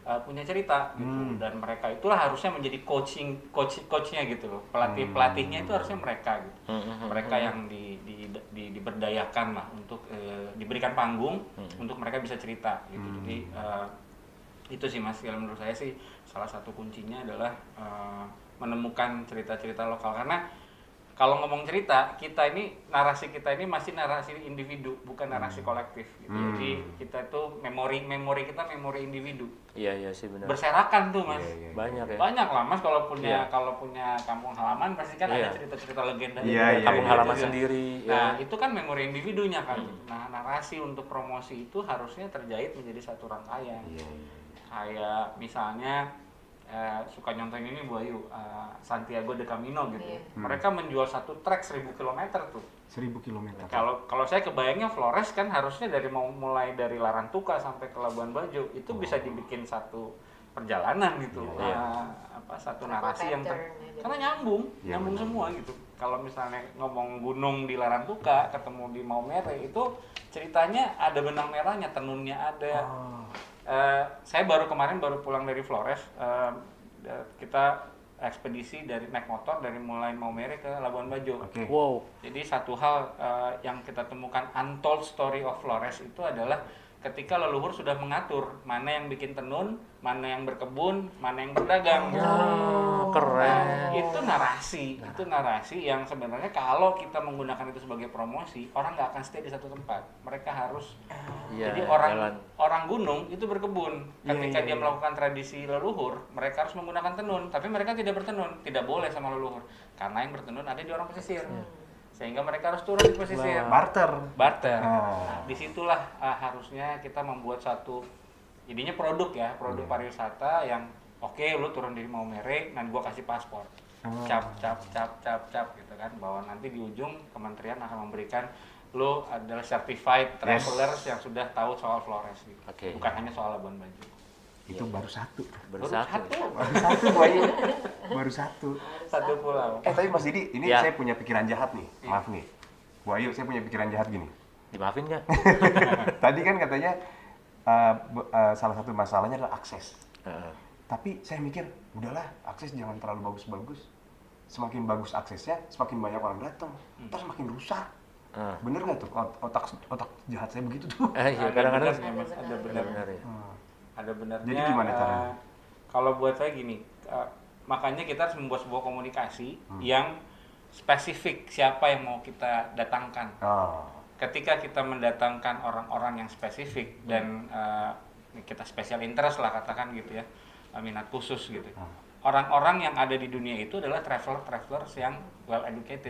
Speaker 5: uh, punya cerita gitu
Speaker 2: Hmm.
Speaker 5: dan mereka itulah harusnya menjadi coaching coach coachnya gitu loh, pelatih pelatihnya itu harusnya mereka gitu,
Speaker 1: Hmm.
Speaker 5: mereka yang di, di, di diberdayakan lah untuk uh, diberikan panggung
Speaker 1: Hmm.
Speaker 5: untuk mereka bisa cerita gitu.
Speaker 2: Hmm.
Speaker 5: Jadi uh, itu sih Mas, kalau menurut saya sih salah satu kuncinya adalah uh, menemukan cerita-cerita lokal, karena kalau ngomong cerita, kita ini, narasi kita ini masih narasi individu, bukan narasi kolektif gitu.
Speaker 2: Hmm.
Speaker 5: Jadi kita itu memori memori kita memori individu.
Speaker 1: Iya iya sih benar.
Speaker 5: Berserakan tuh Mas.
Speaker 2: Iya, iya.
Speaker 1: Banyak ya.
Speaker 5: Banyak lah Mas, kalau punya
Speaker 1: Iya.
Speaker 5: kalau punya kampung halaman pasti kan
Speaker 1: Iya.
Speaker 5: ada cerita-cerita legenda.
Speaker 2: Iya,
Speaker 5: juga.
Speaker 2: iya,
Speaker 1: Kampung
Speaker 2: iya.
Speaker 1: halaman
Speaker 5: Juga.
Speaker 1: sendiri.
Speaker 5: Nah,
Speaker 1: Ya.
Speaker 5: itu kan memori individunya kan.
Speaker 1: Hmm.
Speaker 5: Nah, narasi untuk promosi itu harusnya terjahit menjadi satu rangkaian.
Speaker 2: Iya, iya.
Speaker 5: Kayak misalnya eh, suka nyontoin ini Bu Ayu, eh, Santiago de Camino gitu.
Speaker 4: Iya.
Speaker 2: Hmm.
Speaker 5: Mereka menjual satu trek seribu kilometer tuh.
Speaker 2: seribu kilometer.
Speaker 5: Kalau kalau saya kebayangnya Flores kan harusnya dari mau mulai dari Larantuka sampai ke Labuan Bajo itu bisa dibikin satu perjalanan gitu.
Speaker 1: Iya.
Speaker 5: Eh, apa satu
Speaker 4: Travel
Speaker 5: narasi yang ter-
Speaker 4: pattern, ya, jadi.
Speaker 5: karena nyambung,
Speaker 2: Iya,
Speaker 5: nyambung
Speaker 2: benar.
Speaker 5: semua gitu. Kalau misalnya ngomong gunung di Larantuka ketemu di Maumere itu ceritanya ada benang merahnya, tenunnya ada.
Speaker 2: Oh.
Speaker 5: Eh, saya baru kemarin baru pulang dari Flores, eh, eh, kita ekspedisi dari naik motor dari mulai Maumere ke Labuan Bajo.
Speaker 2: Oke.
Speaker 1: Wow.
Speaker 5: Jadi satu hal eh, yang kita temukan untold story of Flores itu adalah ketika leluhur sudah mengatur mana yang bikin tenun, mana yang berkebun, mana yang berdagang.
Speaker 1: Oh, keren.
Speaker 5: Nah, itu narasi, itu narasi yang sebenarnya kalau kita menggunakan itu sebagai promosi, orang nggak akan stay di satu tempat. Mereka harus,
Speaker 1: Iya,
Speaker 5: jadi orang
Speaker 1: jalan.
Speaker 5: orang gunung itu berkebun.
Speaker 2: Iya,
Speaker 5: Ketika
Speaker 2: iya,
Speaker 5: dia
Speaker 2: iya.
Speaker 5: melakukan tradisi leluhur, mereka harus menggunakan tenun. Tapi mereka tidak bertenun, tidak boleh sama leluhur, karena yang bertenun ada di orang pesisir. Sehingga mereka harus turun di pesisir.
Speaker 2: Barter.
Speaker 5: Barter.
Speaker 2: Ah.
Speaker 5: Nah, disitulah uh, harusnya kita membuat satu, jadinya produk ya, produk
Speaker 2: Hmm.
Speaker 5: pariwisata yang oke, lu turun di Maumere, dan gua kasih paspor,
Speaker 2: Oh.
Speaker 5: cap cap cap cap cap gitu kan, bahwa nanti di ujung kementerian akan memberikan lu adalah certified travelers yang sudah tahu soal Flores gitu.
Speaker 1: Oke.
Speaker 5: Bukan hanya soal Labuan Bajo.
Speaker 2: Itu baru satu.
Speaker 1: Bersatu.
Speaker 2: Baru satu, Bu Ayu. Baru satu.
Speaker 5: Satu pulau.
Speaker 2: Eh tapi Mas Didi, ini
Speaker 1: Ya.
Speaker 2: saya punya pikiran jahat nih. Maaf nih. Bu Ayu, saya punya pikiran jahat gini.
Speaker 1: Dimaafin nggak?
Speaker 2: Tadi kan katanya uh, be- uh, salah satu masalahnya adalah akses.
Speaker 1: Heeh.
Speaker 2: Tapi saya mikir, udahlah akses jangan terlalu bagus-bagus. Semakin bagus aksesnya, semakin banyak orang datang. Ntar semakin rusak.
Speaker 1: Ah.
Speaker 2: Bener nggak tuh? Ot- Otak otak jahat saya begitu tuh.
Speaker 1: Eh, iya
Speaker 5: Ada
Speaker 1: kadang-kadang
Speaker 5: benernya, Mas, ada benar.
Speaker 1: benar-benar ya.
Speaker 2: Hmm.
Speaker 5: Ada benarnya.
Speaker 2: Jadi gimana
Speaker 5: eh,
Speaker 2: caranya?
Speaker 5: kalau buat saya gini, eh, makanya kita harus membuat sebuah komunikasi
Speaker 2: Hmm.
Speaker 5: yang spesifik siapa yang mau kita datangkan.
Speaker 2: Oh.
Speaker 5: Ketika kita mendatangkan orang-orang yang spesifik dan eh, kita special interest lah katakan gitu ya, eh, minat khusus gitu.
Speaker 2: Hmm.
Speaker 5: Orang-orang yang ada di dunia itu adalah traveler-travelers yang well educated.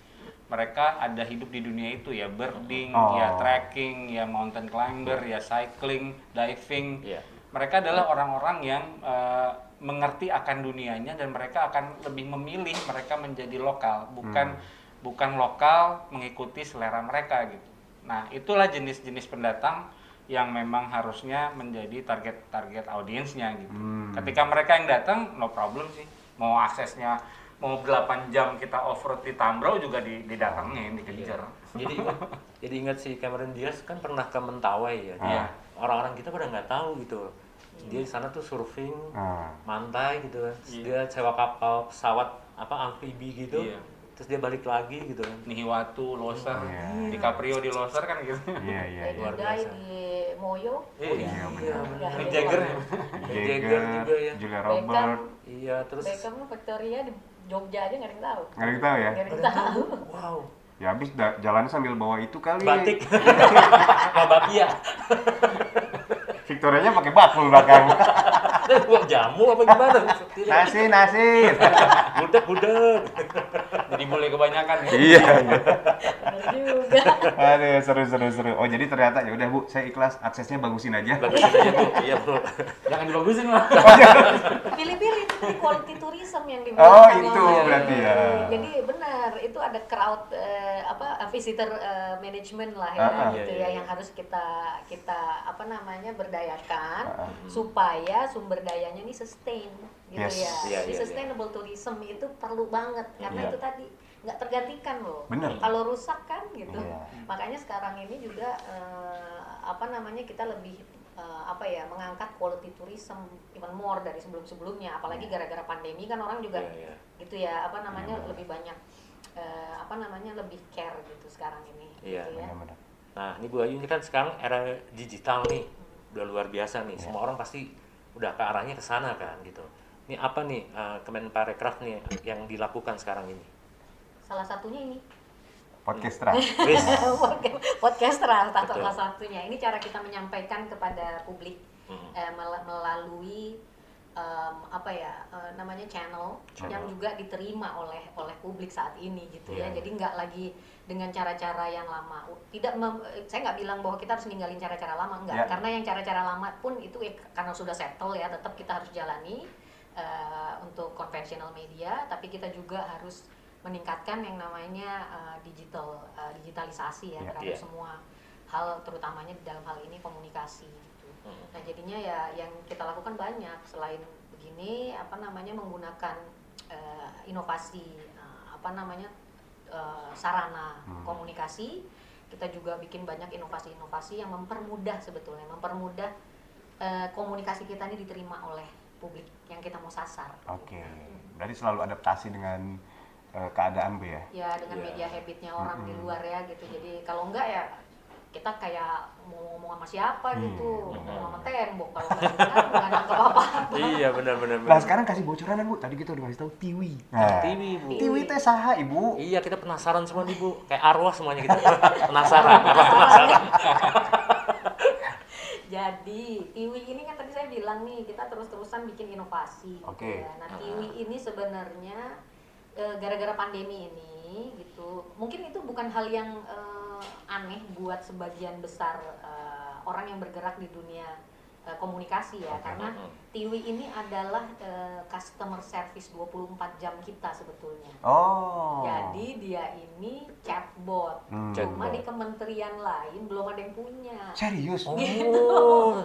Speaker 5: Mereka ada hidup di dunia itu ya, birding,
Speaker 2: Oh.
Speaker 5: ya trekking, ya mountain climber, ya cycling, diving.
Speaker 1: Iya.
Speaker 5: Mereka adalah orang-orang yang eh, mengerti akan dunianya dan mereka akan lebih memilih mereka menjadi lokal, bukan bukan lokal mengikuti selera mereka gitu. Nah, itulah jenis-jenis pendatang yang memang harusnya menjadi target-target audiensnya gitu.
Speaker 2: Hmm.
Speaker 5: Ketika mereka yang datang, no problem sih. Mau aksesnya mau delapan jam kita off-road di Tambrau juga di, didatengin, dikejar.
Speaker 1: Jadi ingat, jadi ingat si Cameron Diaz kan pernah ke Mentawai ya.
Speaker 5: Iya.
Speaker 1: Orang-orang kita pada nggak tahu gitu. Dia di sana tuh surfing,
Speaker 2: Ah.
Speaker 1: mantai gitu kan. Terus
Speaker 5: Iya.
Speaker 1: dia sewa kapal pesawat apa amfibi gitu.
Speaker 5: Iya.
Speaker 1: Terus dia balik lagi gitu kan.
Speaker 5: Nihiwatu, Loser,
Speaker 2: Iya.
Speaker 5: DiCaprio di Loser kan gitu.
Speaker 2: Iya, iya,
Speaker 4: Kayak
Speaker 2: iya.
Speaker 1: luar
Speaker 4: Hyundai
Speaker 1: biasa.
Speaker 4: di Moyo.
Speaker 1: Iya,
Speaker 2: iya,
Speaker 1: iya,
Speaker 2: benar.
Speaker 1: benar.
Speaker 5: Mick Jagger.
Speaker 1: Mick Jagger juga ya.
Speaker 2: Julia
Speaker 4: Beckham,
Speaker 2: Robert.
Speaker 1: Iya, terus
Speaker 4: Beckham Victoria di Jogja aja nggak ada yang tahu.
Speaker 2: Nggak ada yang tahu ya?
Speaker 4: Nggak ada yang tahu.
Speaker 1: wow,
Speaker 2: Ya habis da- jalannya sambil bawa itu kali.
Speaker 1: batik. Nggak bapia.
Speaker 2: Victorianya pakai bakul belakang.
Speaker 1: Wah, jamu apa gimana?
Speaker 2: Nasi, nasi.
Speaker 1: Budak-budak.
Speaker 5: Jadi boleh kebanyakan ya.
Speaker 2: Iya.
Speaker 4: Bener juga.
Speaker 2: Aduh, seru seru seru. Oh, jadi ternyata ya udah Bu, saya ikhlas, aksesnya bagusin aja.
Speaker 1: Bagusin aja Bu. Iya Bu.
Speaker 5: Jangan dibagusin lah.
Speaker 4: Pilih-pilih itu quality tourism yang dibilang
Speaker 2: Oh,
Speaker 4: sama
Speaker 2: itu
Speaker 4: Mas.
Speaker 2: berarti ya.
Speaker 4: Jadi benar, itu ada crowd eh, apa visitor eh, management lah ya,
Speaker 2: Ah, ah.
Speaker 4: gitu
Speaker 1: Iya,
Speaker 4: ya,
Speaker 1: iya.
Speaker 4: yang harus kita kita apa namanya berdayakan
Speaker 2: Ah, ah.
Speaker 4: supaya sumber dayanya ini sustain gitu
Speaker 2: Yes.
Speaker 4: ya.
Speaker 1: Iya,
Speaker 4: Jadi
Speaker 1: iya,
Speaker 4: sustainable tourism itu perlu banget karena
Speaker 2: Iya.
Speaker 4: itu tadi nggak tergantikan loh.
Speaker 2: Bener.
Speaker 4: Kalau rusak kan gitu.
Speaker 2: Iya.
Speaker 4: Makanya sekarang ini juga eh, apa namanya kita lebih uh, apa ya mengangkat quality tourism even more dari sebelum-sebelumnya. Apalagi gara-gara pandemi kan orang juga
Speaker 1: Iya, iya.
Speaker 4: gitu ya apa namanya lebih banyak uh, apa namanya lebih care gitu sekarang ini.
Speaker 1: Iya,
Speaker 4: gitu ya.
Speaker 2: Benar-benar.
Speaker 1: Nah, ini Bu Ayu ini kan sekarang era digital nih, udah luar biasa nih. Semua orang pasti udah ke arahnya ke sana kan gitu. Ini apa nih uh, Kemenparekraf nih yang dilakukan sekarang ini?
Speaker 4: Salah satunya ini
Speaker 2: Podcastra.
Speaker 1: Wis.
Speaker 4: Podcastra salah
Speaker 1: Betul.
Speaker 4: satunya. Ini cara kita menyampaikan kepada publik
Speaker 1: Hmm.
Speaker 4: eh, mel- melalui em, apa ya eh, namanya channel,
Speaker 1: Channel.
Speaker 4: yang juga diterima oleh oleh publik saat ini gitu ya.
Speaker 1: Iya,
Speaker 4: Jadi nggak lagi dengan cara-cara yang lama. Tidak mem- saya nggak bilang bahwa kita harus ninggalin cara-cara lama, enggak.
Speaker 2: Iya.
Speaker 4: Karena yang cara-cara lama pun itu ya, karena sudah settle ya, tetap kita harus jalani eh, untuk konvensional media, tapi kita juga harus meningkatkan yang namanya uh, digital uh, digitalisasi ya
Speaker 2: Yeah.
Speaker 4: terhadap
Speaker 1: Yeah.
Speaker 4: semua hal, terutamanya di dalam hal ini komunikasi gitu.
Speaker 1: Hmm.
Speaker 4: Nah jadinya ya yang kita lakukan banyak selain begini apa namanya menggunakan uh, inovasi uh, apa namanya uh, sarana
Speaker 2: Hmm.
Speaker 4: komunikasi. Kita juga bikin banyak inovasi-inovasi yang mempermudah sebetulnya mempermudah uh, komunikasi kita ini diterima oleh publik yang kita mau sasar.
Speaker 2: Oke. Berarti selalu adaptasi dengan eh, keadaan Bu ya.
Speaker 4: Ya dengan
Speaker 1: Iya.
Speaker 4: media habitnya orang di
Speaker 2: Mm-mm.
Speaker 4: luar ya gitu. Jadi kalau enggak ya kita kayak mau ngomong sama siapa
Speaker 2: Hmm,
Speaker 4: gitu,
Speaker 1: benar.
Speaker 4: ngomong sama tembok kalau nggak dengar nggak nangkep apa.
Speaker 1: Iya, benar-benar.
Speaker 2: Nah sekarang kasih bocoran Bu. Tadi kita udah ngasih tahu Tiwi. Nah,
Speaker 1: Tiwi, Bu.
Speaker 2: Tiwi teh saha Ibu?
Speaker 1: Iya, kita penasaran semua nih Bu. Kayak arwah semuanya kita penasaran. Arwah penasaran.
Speaker 4: Jadi Tiwi ini kan tadi saya bilang nih kita terus-terusan bikin inovasi. Gitu
Speaker 2: Oke.
Speaker 4: ya. Nah Tiwi ini sebenarnya eh, gara-gara pandemi ini gitu, mungkin itu bukan hal yang eh, aneh buat sebagian besar eh, orang yang bergerak di dunia eh, komunikasi ya, karena Tiwi ini adalah eh, customer service dua puluh empat jam kita sebetulnya.
Speaker 2: Oh.
Speaker 4: Jadi dia ini chatbot,
Speaker 2: Hmm.
Speaker 4: cuma
Speaker 1: Chatbot.
Speaker 4: di kementerian lain belum ada yang punya.
Speaker 2: Serius?
Speaker 1: Oh.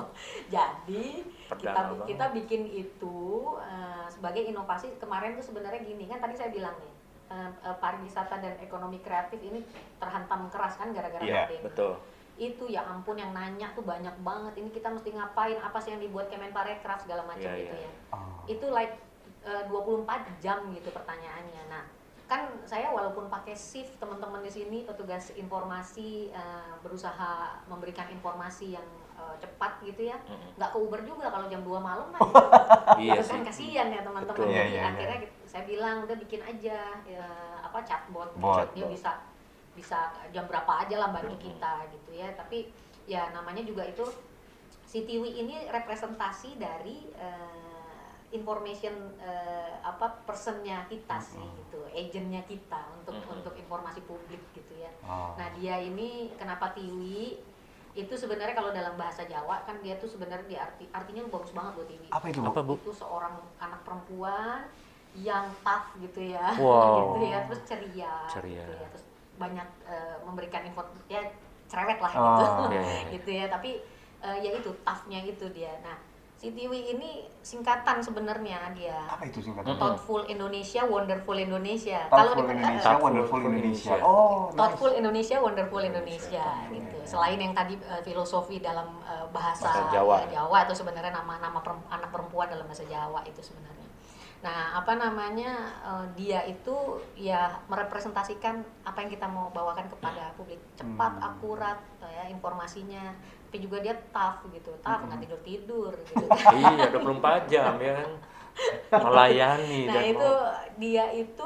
Speaker 4: Jadi kita
Speaker 1: Perdana banget.
Speaker 4: kita bikin itu uh, sebagai inovasi. Kemarin tuh sebenarnya gini kan tadi saya bilang nih uh, uh, pariwisata dan ekonomi kreatif ini terhantam keras kan gara-gara
Speaker 1: Iya,
Speaker 4: pandemi.
Speaker 1: betul.
Speaker 4: Itu ya ampun yang nanya tuh banyak banget. Ini kita mesti ngapain? Apa sih yang dibuat Kemenparekraf segala macam
Speaker 1: Iya,
Speaker 4: gitu
Speaker 1: iya.
Speaker 4: ya.
Speaker 2: Oh.
Speaker 4: Itu like uh, dua puluh empat jam gitu pertanyaannya. Nah, kan saya walaupun pakai shift teman-teman di sini petugas informasi uh, berusaha memberikan informasi yang uh, cepat gitu ya.
Speaker 1: Mm-mm.
Speaker 4: Nggak ke Uber juga kalau jam dua malam kan.
Speaker 1: Iya
Speaker 4: Itu kan
Speaker 1: sih.
Speaker 4: kasihan ya teman-teman.
Speaker 1: Betul.
Speaker 4: Jadi
Speaker 2: Iya, iya,
Speaker 4: akhirnya saya bilang udah bikin aja ya, apa chatbot,
Speaker 2: Bot.
Speaker 4: dia bisa bisa jam berapa aja lah bantu
Speaker 1: Mm-mm.
Speaker 4: kita gitu ya. Tapi ya namanya juga itu si Tiwi ini representasi dari eh, information eh, apa personnya kita sih gitu, agentnya kita untuk
Speaker 1: Mm-mm.
Speaker 4: untuk informasi publik gitu ya.
Speaker 2: Oh.
Speaker 4: Nah dia ini kenapa Tiwi itu sebenarnya kalau dalam bahasa Jawa kan dia tuh sebenarnya di arti artinya bagus banget buat Tiwi.
Speaker 2: Apa itu Bu?
Speaker 1: Apa Bu?
Speaker 4: Itu seorang anak perempuan yang tough gitu ya,
Speaker 1: Wow.
Speaker 4: gitu ya, terus ceria,
Speaker 1: Ceria.
Speaker 4: gitu ya, terus banyak eh, memberikan info ya cerewet lah
Speaker 2: Oh.
Speaker 4: gitu,
Speaker 1: Iya, iya, iya.
Speaker 4: gitu ya. Tapi eh, ya itu toughnya itu dia. Nah si Tiwi ini singkatan sebenarnya dia.
Speaker 2: Apa itu singkatan?
Speaker 4: Thoughtful Indonesia, Wonderful Indonesia.
Speaker 2: Thoughtful
Speaker 4: di-
Speaker 2: Indonesia,
Speaker 1: Thoughtful
Speaker 2: Wonderful Indonesia.
Speaker 1: Indonesia.
Speaker 2: Oh, nice.
Speaker 4: Thoughtful Indonesia, Wonderful Indonesia,
Speaker 2: Thoughtful
Speaker 4: gitu.
Speaker 2: Indonesia.
Speaker 4: Selain yang tadi uh, filosofi dalam uh, bahasa,
Speaker 1: Bahasa Jawa.
Speaker 4: uh, Jawa itu sebenarnya nama-nama perem- anak perempuan dalam bahasa Jawa itu sebenarnya. Nah, apa namanya uh, dia itu ya merepresentasikan apa yang kita mau bawakan kepada publik, cepat,
Speaker 2: Hmm.
Speaker 4: akurat, uh, ya informasinya, tapi juga dia tough gitu, tough nggak
Speaker 2: Hmm.
Speaker 4: tidur tidur gitu.
Speaker 1: Iya, dua puluh empat jam ya kan. Melayani
Speaker 4: Nah
Speaker 1: dan
Speaker 4: itu
Speaker 1: mau-
Speaker 4: dia itu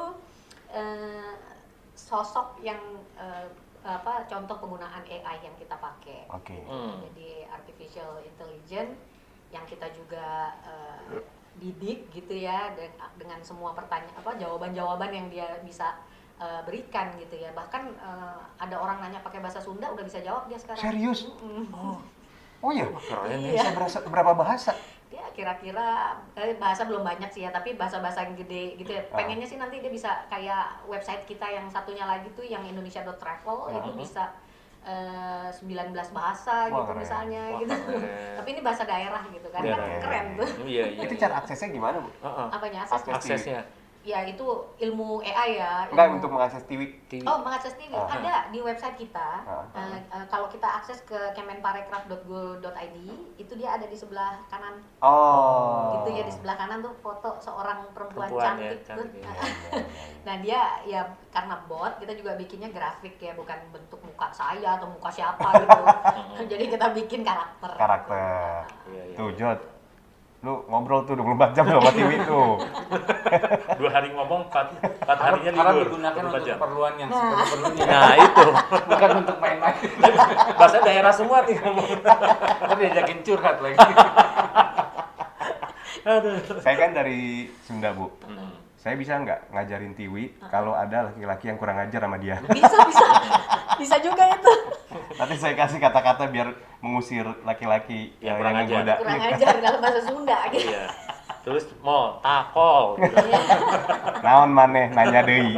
Speaker 4: eh, sosok yang eh, apa contoh penggunaan A I yang kita pakai.
Speaker 2: Oke.
Speaker 1: Hmm.
Speaker 4: Jadi artificial intelligence yang kita juga eh, didik gitu ya dan dengan semua pertanyaan apa jawaban-jawaban yang dia bisa eh, berikan gitu ya. Bahkan eh, ada orang nanya pakai bahasa Sunda udah bisa jawab dia sekarang.
Speaker 2: Serius?
Speaker 4: Mm-mm.
Speaker 2: Oh iya.
Speaker 1: keren
Speaker 4: Iya.
Speaker 1: ya.
Speaker 2: Bisa berasa, berapa bahasa?
Speaker 4: Dia kira-kira eh, bahasa belum banyak sih ya, tapi bahasa-bahasa yang gede gitu ya.
Speaker 2: Ah.
Speaker 4: Pengennya sih nanti dia bisa kayak website kita yang satunya lagi tuh yang indonesia dot travel itu
Speaker 1: Ah.
Speaker 4: bisa eh, sembilan belas bahasa
Speaker 2: Wah,
Speaker 4: gitu
Speaker 2: keren.
Speaker 4: misalnya
Speaker 1: Wah,
Speaker 4: gitu.
Speaker 1: keren.
Speaker 4: Tapi ini bahasa daerah gitu kan.
Speaker 1: Daerah.
Speaker 4: Kan keren tuh.
Speaker 1: Iya, iya.
Speaker 2: Itu
Speaker 1: iya.
Speaker 2: cara aksesnya gimana Bu?
Speaker 1: Heeh.
Speaker 4: Apanya akses?
Speaker 2: Akses.
Speaker 1: Aksesnya.
Speaker 4: ya itu ilmu A I ya.
Speaker 2: Enggak,
Speaker 4: ilmu-
Speaker 2: untuk mengakses T V.
Speaker 4: Oh, mengakses T V
Speaker 2: Ah.
Speaker 4: ada di website kita.
Speaker 2: Ah.
Speaker 4: Eh, eh, kalau kita akses ke kemenparekraf dot go dot i d itu dia ada di sebelah kanan.
Speaker 2: Oh.
Speaker 4: Gitu ya, di sebelah kanan tuh foto seorang perempuan,
Speaker 1: Perempuan ya,
Speaker 4: cantik.
Speaker 1: cantik,
Speaker 4: tuh.
Speaker 1: ya.
Speaker 4: Nah dia ya karena bot kita juga bikinnya grafik ya, bukan bentuk muka saya atau muka siapa gitu. Jadi kita bikin karakter.
Speaker 2: Karakter.
Speaker 1: Iya, iya.
Speaker 2: Tuh, Jod. Lu ngobrol tuh dua puluh empat jam sama T V tuh.
Speaker 1: Dua hari ngomong, empat, empat harinya
Speaker 5: Karena
Speaker 1: libur.
Speaker 5: digunakan
Speaker 1: dua puluh empat
Speaker 5: untuk
Speaker 1: jam.
Speaker 5: keperluan yang
Speaker 4: Nah.
Speaker 5: seperlu-perlunya.
Speaker 1: Nah itu,
Speaker 5: Bukan untuk main-main.
Speaker 1: bahasa daerah semua nih ngomong.
Speaker 5: Ntar diajakin curhat lagi.
Speaker 1: Aduh.
Speaker 2: Saya kan dari Sunda, Bu.
Speaker 1: Hmm.
Speaker 2: Saya bisa nggak ngajarin Tiwi kalau ada laki-laki yang kurang ajar sama dia?
Speaker 4: Bisa bisa bisa juga itu.
Speaker 2: Nanti saya kasih kata-kata biar mengusir laki-laki
Speaker 1: Yang
Speaker 2: yang,
Speaker 1: kurang
Speaker 2: yang
Speaker 1: ajar.
Speaker 2: menggoda.
Speaker 4: Kurang ajar dalam bahasa Sunda gitu.
Speaker 1: Iya. Terus mau takol. Gitu.
Speaker 4: Iya.
Speaker 2: Naon maneh nanya deui.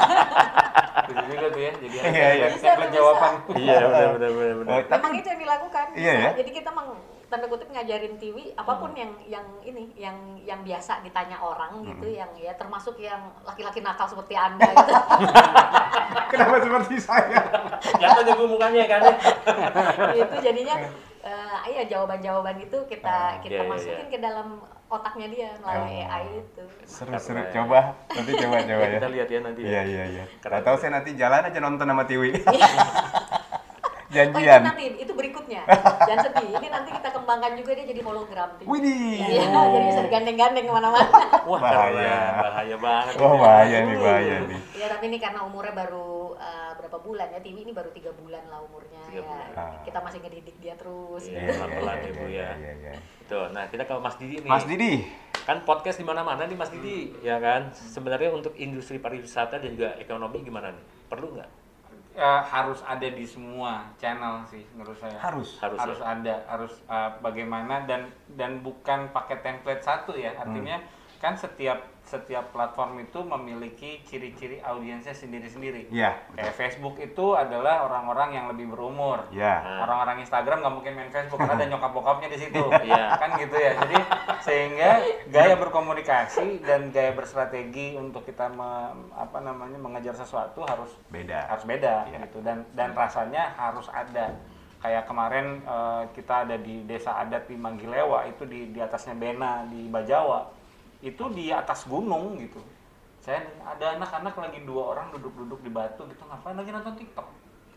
Speaker 5: Bisa juga tuh ya. Jadi ada
Speaker 2: Iya, iya.
Speaker 5: template- template jawaban.
Speaker 1: Iya benar benar benar benar.
Speaker 2: Oh,
Speaker 4: Memang itu yang dilakukan.
Speaker 2: Iya,
Speaker 4: bisa.
Speaker 2: ya?
Speaker 4: Jadi kita meng, tanda kutip ngajarin T V apapun yang yang ini yang yang biasa ditanya orang gitu, yang ya termasuk yang laki-laki nakal seperti Anda gitu.
Speaker 2: Kenapa seperti saya?
Speaker 1: Nyata jago mukanya kan ya.
Speaker 4: Itu jadinya eh iya jawaban-jawaban itu kita kita
Speaker 1: iya, iya,
Speaker 4: masukin
Speaker 1: iya.
Speaker 4: ke dalam otaknya dia melalui
Speaker 2: Oh.
Speaker 4: A I itu.
Speaker 2: Seru-seru,
Speaker 1: Keren.
Speaker 2: coba. Nanti coba-coba ya.
Speaker 1: Kita lihat ya nanti.
Speaker 2: Iya,
Speaker 1: ya.
Speaker 2: iya, iya.
Speaker 1: Keren.
Speaker 2: Atau saya nanti jalan aja nonton sama Tiwi.
Speaker 4: Oh itu
Speaker 2: Janjian.
Speaker 4: nanti, itu berikutnya. Jangan sedih, ini nanti kita kembangkan juga dia jadi hologram.
Speaker 2: Widih.
Speaker 4: Iya, jadi bisa digandeng-gandeng kemana-mana.
Speaker 1: Wah
Speaker 2: Bahaya.
Speaker 1: keren, bahaya banget.
Speaker 2: Wah, bahaya nih, bahaya nih.
Speaker 4: Ya tapi ini karena umurnya baru uh, berapa bulan ya, T V ini baru tiga bulan lah umurnya
Speaker 1: Tiga
Speaker 4: ya.
Speaker 1: bulan.
Speaker 2: Ah.
Speaker 4: Kita masih ngedidik dia terus.
Speaker 1: Iya,
Speaker 4: gitu.
Speaker 1: pelan-pelan ya, Bu, ya.
Speaker 2: Iya, iya.
Speaker 1: Tuh, nah kita ke Mas Didi nih.
Speaker 2: Mas Didi.
Speaker 1: Kan podcast di mana-mana nih Mas Didi, ya kan? Sebenarnya untuk industri pariwisata dan juga ekonomi gimana nih? Perlu nggak?
Speaker 5: Eh, harus ada di semua channel sih menurut saya.
Speaker 2: Harus.
Speaker 1: Harus,
Speaker 5: harus
Speaker 1: ya?
Speaker 5: ada, harus eh, bagaimana dan dan bukan pakai template satu ya. Artinya kan setiap setiap platform itu memiliki ciri-ciri audiensnya sendiri-sendiri.
Speaker 2: Iya.
Speaker 5: Kayak Facebook itu adalah orang-orang yang lebih berumur.
Speaker 2: Iya.
Speaker 1: Nah.
Speaker 5: Orang-orang Instagram nggak mungkin main Facebook karena ada nyokap bokapnya di situ.
Speaker 1: Iya.
Speaker 5: Kan gitu ya. Jadi sehingga gaya berkomunikasi dan gaya berstrategi untuk kita me- apa namanya mengejar sesuatu harus
Speaker 2: Beda.
Speaker 5: harus beda
Speaker 2: Iya.
Speaker 5: gitu dan dan rasanya harus ada. Kayak kemarin eh, kita ada di desa adat di Manggilewa itu di di atasnya Bena di Bajawa. Itu di atas gunung gitu. Saya ada anak-anak lagi dua orang duduk-duduk di batu gitu ngapain lagi nonton TikTok.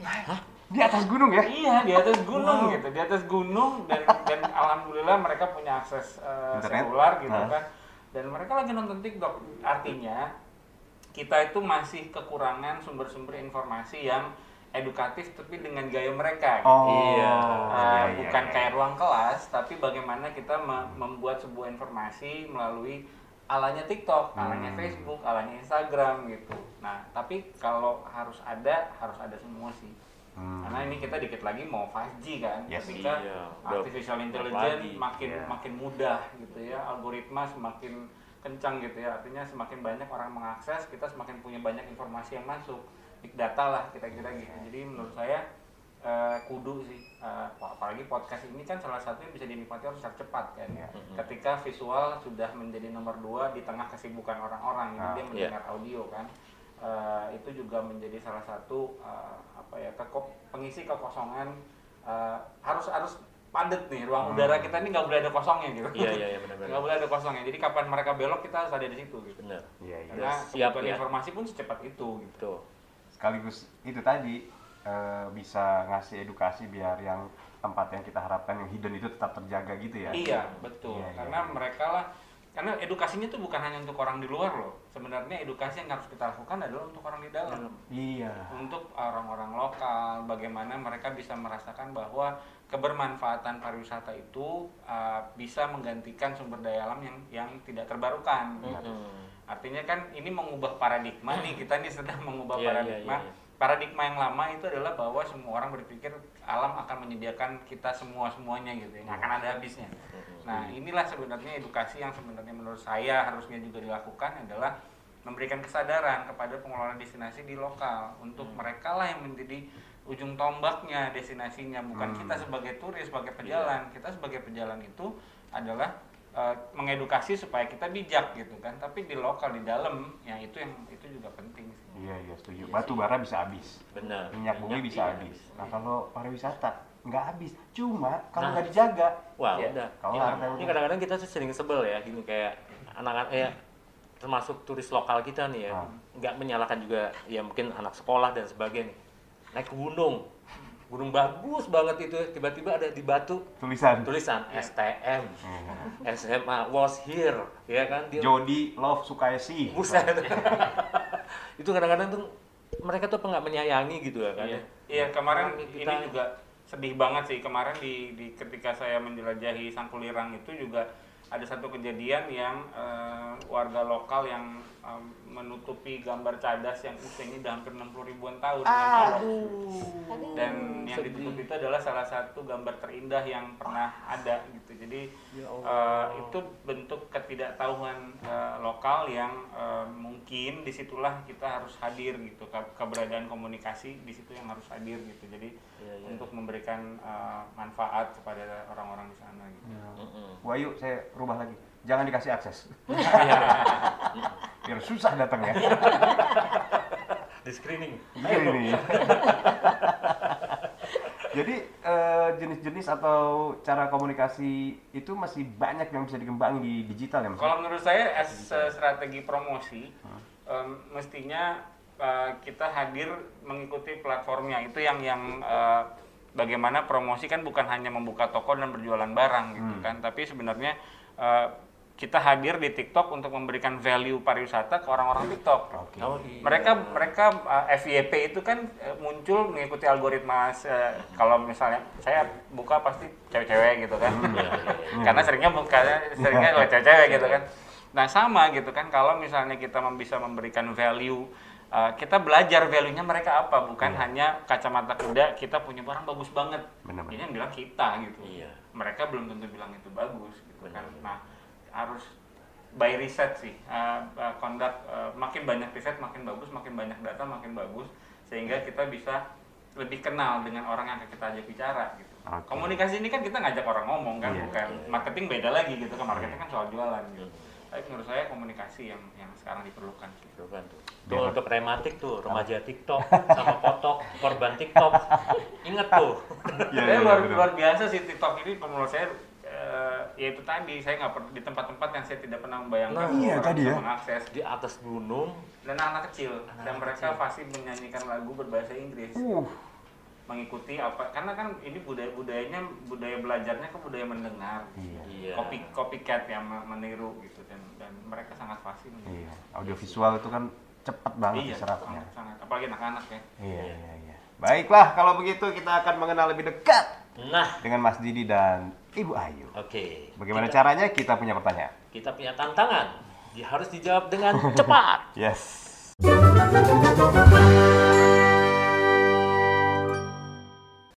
Speaker 2: Di atas gunung ya?
Speaker 5: Iya di atas gunung gitu, di atas gunung dan dan alhamdulillah mereka punya akses eh,
Speaker 2: Internet?
Speaker 5: selular gitu
Speaker 2: Hah?
Speaker 5: kan, dan mereka lagi nonton TikTok. Artinya kita itu masih kekurangan sumber-sumber informasi yang edukatif tapi dengan gaya mereka. Gitu.
Speaker 2: Oh.
Speaker 1: Iya.
Speaker 5: Eh,
Speaker 2: iya,
Speaker 5: bukan
Speaker 2: iya.
Speaker 5: kayak ruang kelas, tapi bagaimana kita me- membuat sebuah informasi melalui alanya TikTok, alanya
Speaker 2: Hmm.
Speaker 5: Facebook, alanya Instagram gitu. Nah, tapi kalau harus ada, harus ada semua sih.
Speaker 2: Hmm.
Speaker 5: Karena ini kita dikit lagi mau lima G kan,
Speaker 2: Yes.
Speaker 5: ketika
Speaker 1: Iya, udah
Speaker 5: artificial
Speaker 1: lagi.
Speaker 5: intelligence makin
Speaker 2: Iya.
Speaker 5: makin mudah gitu ya, algoritma semakin kencang gitu ya, artinya semakin banyak orang mengakses, kita semakin punya banyak informasi yang masuk, big data lah kira-kira gitu. Jadi menurut saya eh, kudu sih, eh, apalagi podcast ini kan salah satunya bisa dinikmati harus secara cepat kan.
Speaker 2: Iya.
Speaker 5: Ketika visual sudah menjadi nomor dua di tengah kesibukan orang-orang, jadi
Speaker 2: Ah,
Speaker 5: dia
Speaker 1: iya.
Speaker 5: mendengar audio kan. Eh, itu juga menjadi salah satu eh, apa ya keko- pengisi kekosongan. Eh, harus harus padat nih ruang
Speaker 2: Hmm.
Speaker 5: udara kita ini nggak boleh ada kosongnya gitu.
Speaker 1: Iya iya iya benar-benar.
Speaker 5: Nggak boleh ada kosongnya. Jadi kapan mereka belok kita harus ada di situ gitu.
Speaker 1: Benar.
Speaker 2: Iya, iya.
Speaker 5: Karena
Speaker 1: Siap,
Speaker 5: kebutuhan
Speaker 1: ya.
Speaker 5: informasi pun secepat itu gitu.
Speaker 1: Tuh.
Speaker 2: Sekaligus itu tadi eh, bisa ngasih edukasi biar yang tempat yang kita harapkan yang hidden itu tetap terjaga gitu ya.
Speaker 5: Iya betul.
Speaker 2: Iya, iya,
Speaker 5: Karena
Speaker 2: iya.
Speaker 5: mereka lah, karena edukasinya tuh bukan hanya untuk orang di luar loh. Sebenarnya edukasi yang harus kita lakukan adalah untuk orang di dalam.
Speaker 2: Iya.
Speaker 5: Untuk orang-orang lokal, bagaimana mereka bisa merasakan bahwa kebermanfaatan pariwisata itu uh, bisa menggantikan sumber daya alam yang yang tidak terbarukan.
Speaker 1: Hmm.
Speaker 5: Artinya kan ini mengubah paradigma nih, kita nih sedang mengubah
Speaker 1: Iya, iya,
Speaker 5: paradigma.
Speaker 1: iya, iya.
Speaker 5: Paradigma yang lama itu adalah bahwa semua orang berpikir alam akan menyediakan kita semua-semuanya gitu ya, nggak akan ada habisnya. Nah inilah sebenarnya edukasi yang sebenarnya menurut saya harusnya juga dilakukan adalah memberikan kesadaran kepada pengelola destinasi di lokal untuk mereka lah yang menjadi ujung tombaknya destinasinya, bukan
Speaker 2: Hmm.
Speaker 5: kita sebagai turis, sebagai pejalan. Kita sebagai pejalan itu adalah uh, mengedukasi supaya kita bijak gitu kan. Tapi di lokal di dalam, ya itu yang itu juga penting sih.
Speaker 2: Iya, iya setuju. Batu bara bisa habis.
Speaker 1: Benar.
Speaker 2: Minyak bumi bisa
Speaker 1: iya,
Speaker 2: habis.
Speaker 1: iya.
Speaker 2: Nah, kalau pariwisata nggak habis. Cuma kalau
Speaker 1: Nah.
Speaker 2: nggak dijaga,
Speaker 1: Wah,
Speaker 5: Ya,
Speaker 1: udah.
Speaker 2: kalau
Speaker 1: Ya,
Speaker 2: harta
Speaker 1: ini
Speaker 2: udah-
Speaker 1: kadang-kadang kita tuh sering sebel ya, gini kayak anak-anak ya termasuk turis lokal kita nih ya,
Speaker 2: Hmm.
Speaker 1: nggak menyalahkan juga ya mungkin anak sekolah dan sebagainya. Naik ke gunung, gunung bagus banget itu, tiba-tiba ada di Batu
Speaker 2: tulisan.
Speaker 1: tulisan S T M,
Speaker 2: Hmm.
Speaker 1: S M A was here, ya kan? Dia
Speaker 2: Jody Love Sukaisi.
Speaker 1: buset. Itu kadang-kadang tuh mereka tuh nggak menyayangi gitu ya kan?
Speaker 5: Iya, iya kemarin
Speaker 1: Orang
Speaker 5: ini
Speaker 1: kita-
Speaker 5: juga sedih banget sih kemarin di, di ketika saya menjelajahi Sangkulirang itu juga ada satu kejadian yang eh, warga lokal yang em, menutupi gambar cadas yang usianya udah hampir enam puluh ribuan tahun dengan alat. Dan yang
Speaker 1: Sedih.
Speaker 5: ditutup itu adalah salah satu gambar terindah yang pernah ada gitu. Jadi
Speaker 1: Ya
Speaker 5: eh, itu bentuk ketidaktahuan eh, lokal yang eh, mungkin disitulah kita harus hadir gitu. Ke- keberadaan komunikasi di situ yang harus hadir gitu. Jadi
Speaker 1: Iya, iya.
Speaker 5: untuk memberikan eh, manfaat kepada orang-orang di sana gitu.
Speaker 1: Mm-mm.
Speaker 2: Wahyu, saya rubah lagi. Jangan dikasih akses.
Speaker 1: Iya.
Speaker 2: Biar susah datangnya.
Speaker 1: Di screening.
Speaker 2: Gini. Jadi eh, jenis-jenis atau cara komunikasi itu masih banyak yang bisa dikembangin di digital ya Mas?
Speaker 5: Kalau menurut saya as a strategi promosi em, mestinya eh, kita hadir mengikuti platformnya itu yang yang eh, bagaimana promosi kan bukan hanya membuka toko dan berjualan barang gitu kan, tapi sebenarnya eh, kita hadir di TikTok untuk memberikan value pariwisata ke orang-orang TikTok.
Speaker 2: Oke.
Speaker 1: Oh, iya.
Speaker 5: Mereka mereka uh, F Y P itu kan uh, muncul mengikuti algoritma uh, kalau misalnya saya buka pasti cewek-cewek gitu kan. Karena seringnya buka seringnya oleh cewek-cewek gitu kan. Nah, sama gitu kan kalau misalnya kita mem- bisa memberikan value uh, kita belajar value-nya mereka apa, bukan hanya kacamata kuda kita punya barang bagus banget.
Speaker 2: Benar-benar.
Speaker 5: Ini yang bilang kita gitu.
Speaker 1: Iya.
Speaker 5: Mereka belum tentu bilang itu bagus gitu kan.
Speaker 1: Benar-benar.
Speaker 5: Nah, harus by riset sih, uh, uh, conduct uh, makin banyak riset makin bagus, makin banyak data makin bagus, sehingga kita bisa lebih kenal dengan orang yang akan kita ajak bicara gitu.
Speaker 2: Oke.
Speaker 5: Komunikasi ini kan kita ngajak orang ngomong kan,
Speaker 2: Iya.
Speaker 5: bukan
Speaker 1: Iya.
Speaker 5: marketing beda lagi gitu kan, marketing kan soal jualan gitu. Tapi menurut saya komunikasi yang yang sekarang diperlukan sih.
Speaker 1: Tuh kan tuh. Tuh untuk rematik tuh, remaja TikTok sama potok, korban TikTok. Ingat tuh.
Speaker 2: Iya,
Speaker 5: Saya
Speaker 2: iya,
Speaker 5: luar,
Speaker 2: benar.
Speaker 5: luar biasa sih TikTok ini menurut saya eh, ya itu tadi saya nggak pernah di tempat-tempat yang saya tidak pernah membayangkan
Speaker 1: Nah,
Speaker 2: iya,
Speaker 5: orang
Speaker 2: tadi
Speaker 5: bisa
Speaker 2: ya.
Speaker 5: mengakses
Speaker 1: Di atas gunung.
Speaker 5: dan anak kecil dan
Speaker 1: Anak
Speaker 5: mereka
Speaker 1: kecil.
Speaker 5: pasti menyanyikan lagu berbahasa Inggris
Speaker 2: Uh,
Speaker 5: mengikuti apa karena kan ini budaya budayanya budaya belajarnya ke budaya mendengar
Speaker 2: iya.
Speaker 1: Iya.
Speaker 5: copy copycat yang me- meniru gitu dan dan mereka sangat fasih meniru.
Speaker 2: Iya. Audiovisual itu kan cepat banget
Speaker 5: Iya,
Speaker 2: diserapnya.
Speaker 5: sangat, sangat apalagi anak-anak ya.
Speaker 2: Iya, iya, iya. Baiklah, kalau begitu kita akan mengenal lebih dekat
Speaker 1: Nah,
Speaker 2: dengan Mas Didi dan Ibu Ayu.
Speaker 1: oke.
Speaker 2: Bagaimana
Speaker 1: Kita-
Speaker 2: caranya? Kita punya pertanyaan.
Speaker 1: Kita punya tantangan. Di- harus dijawab dengan cepat.
Speaker 2: Yes.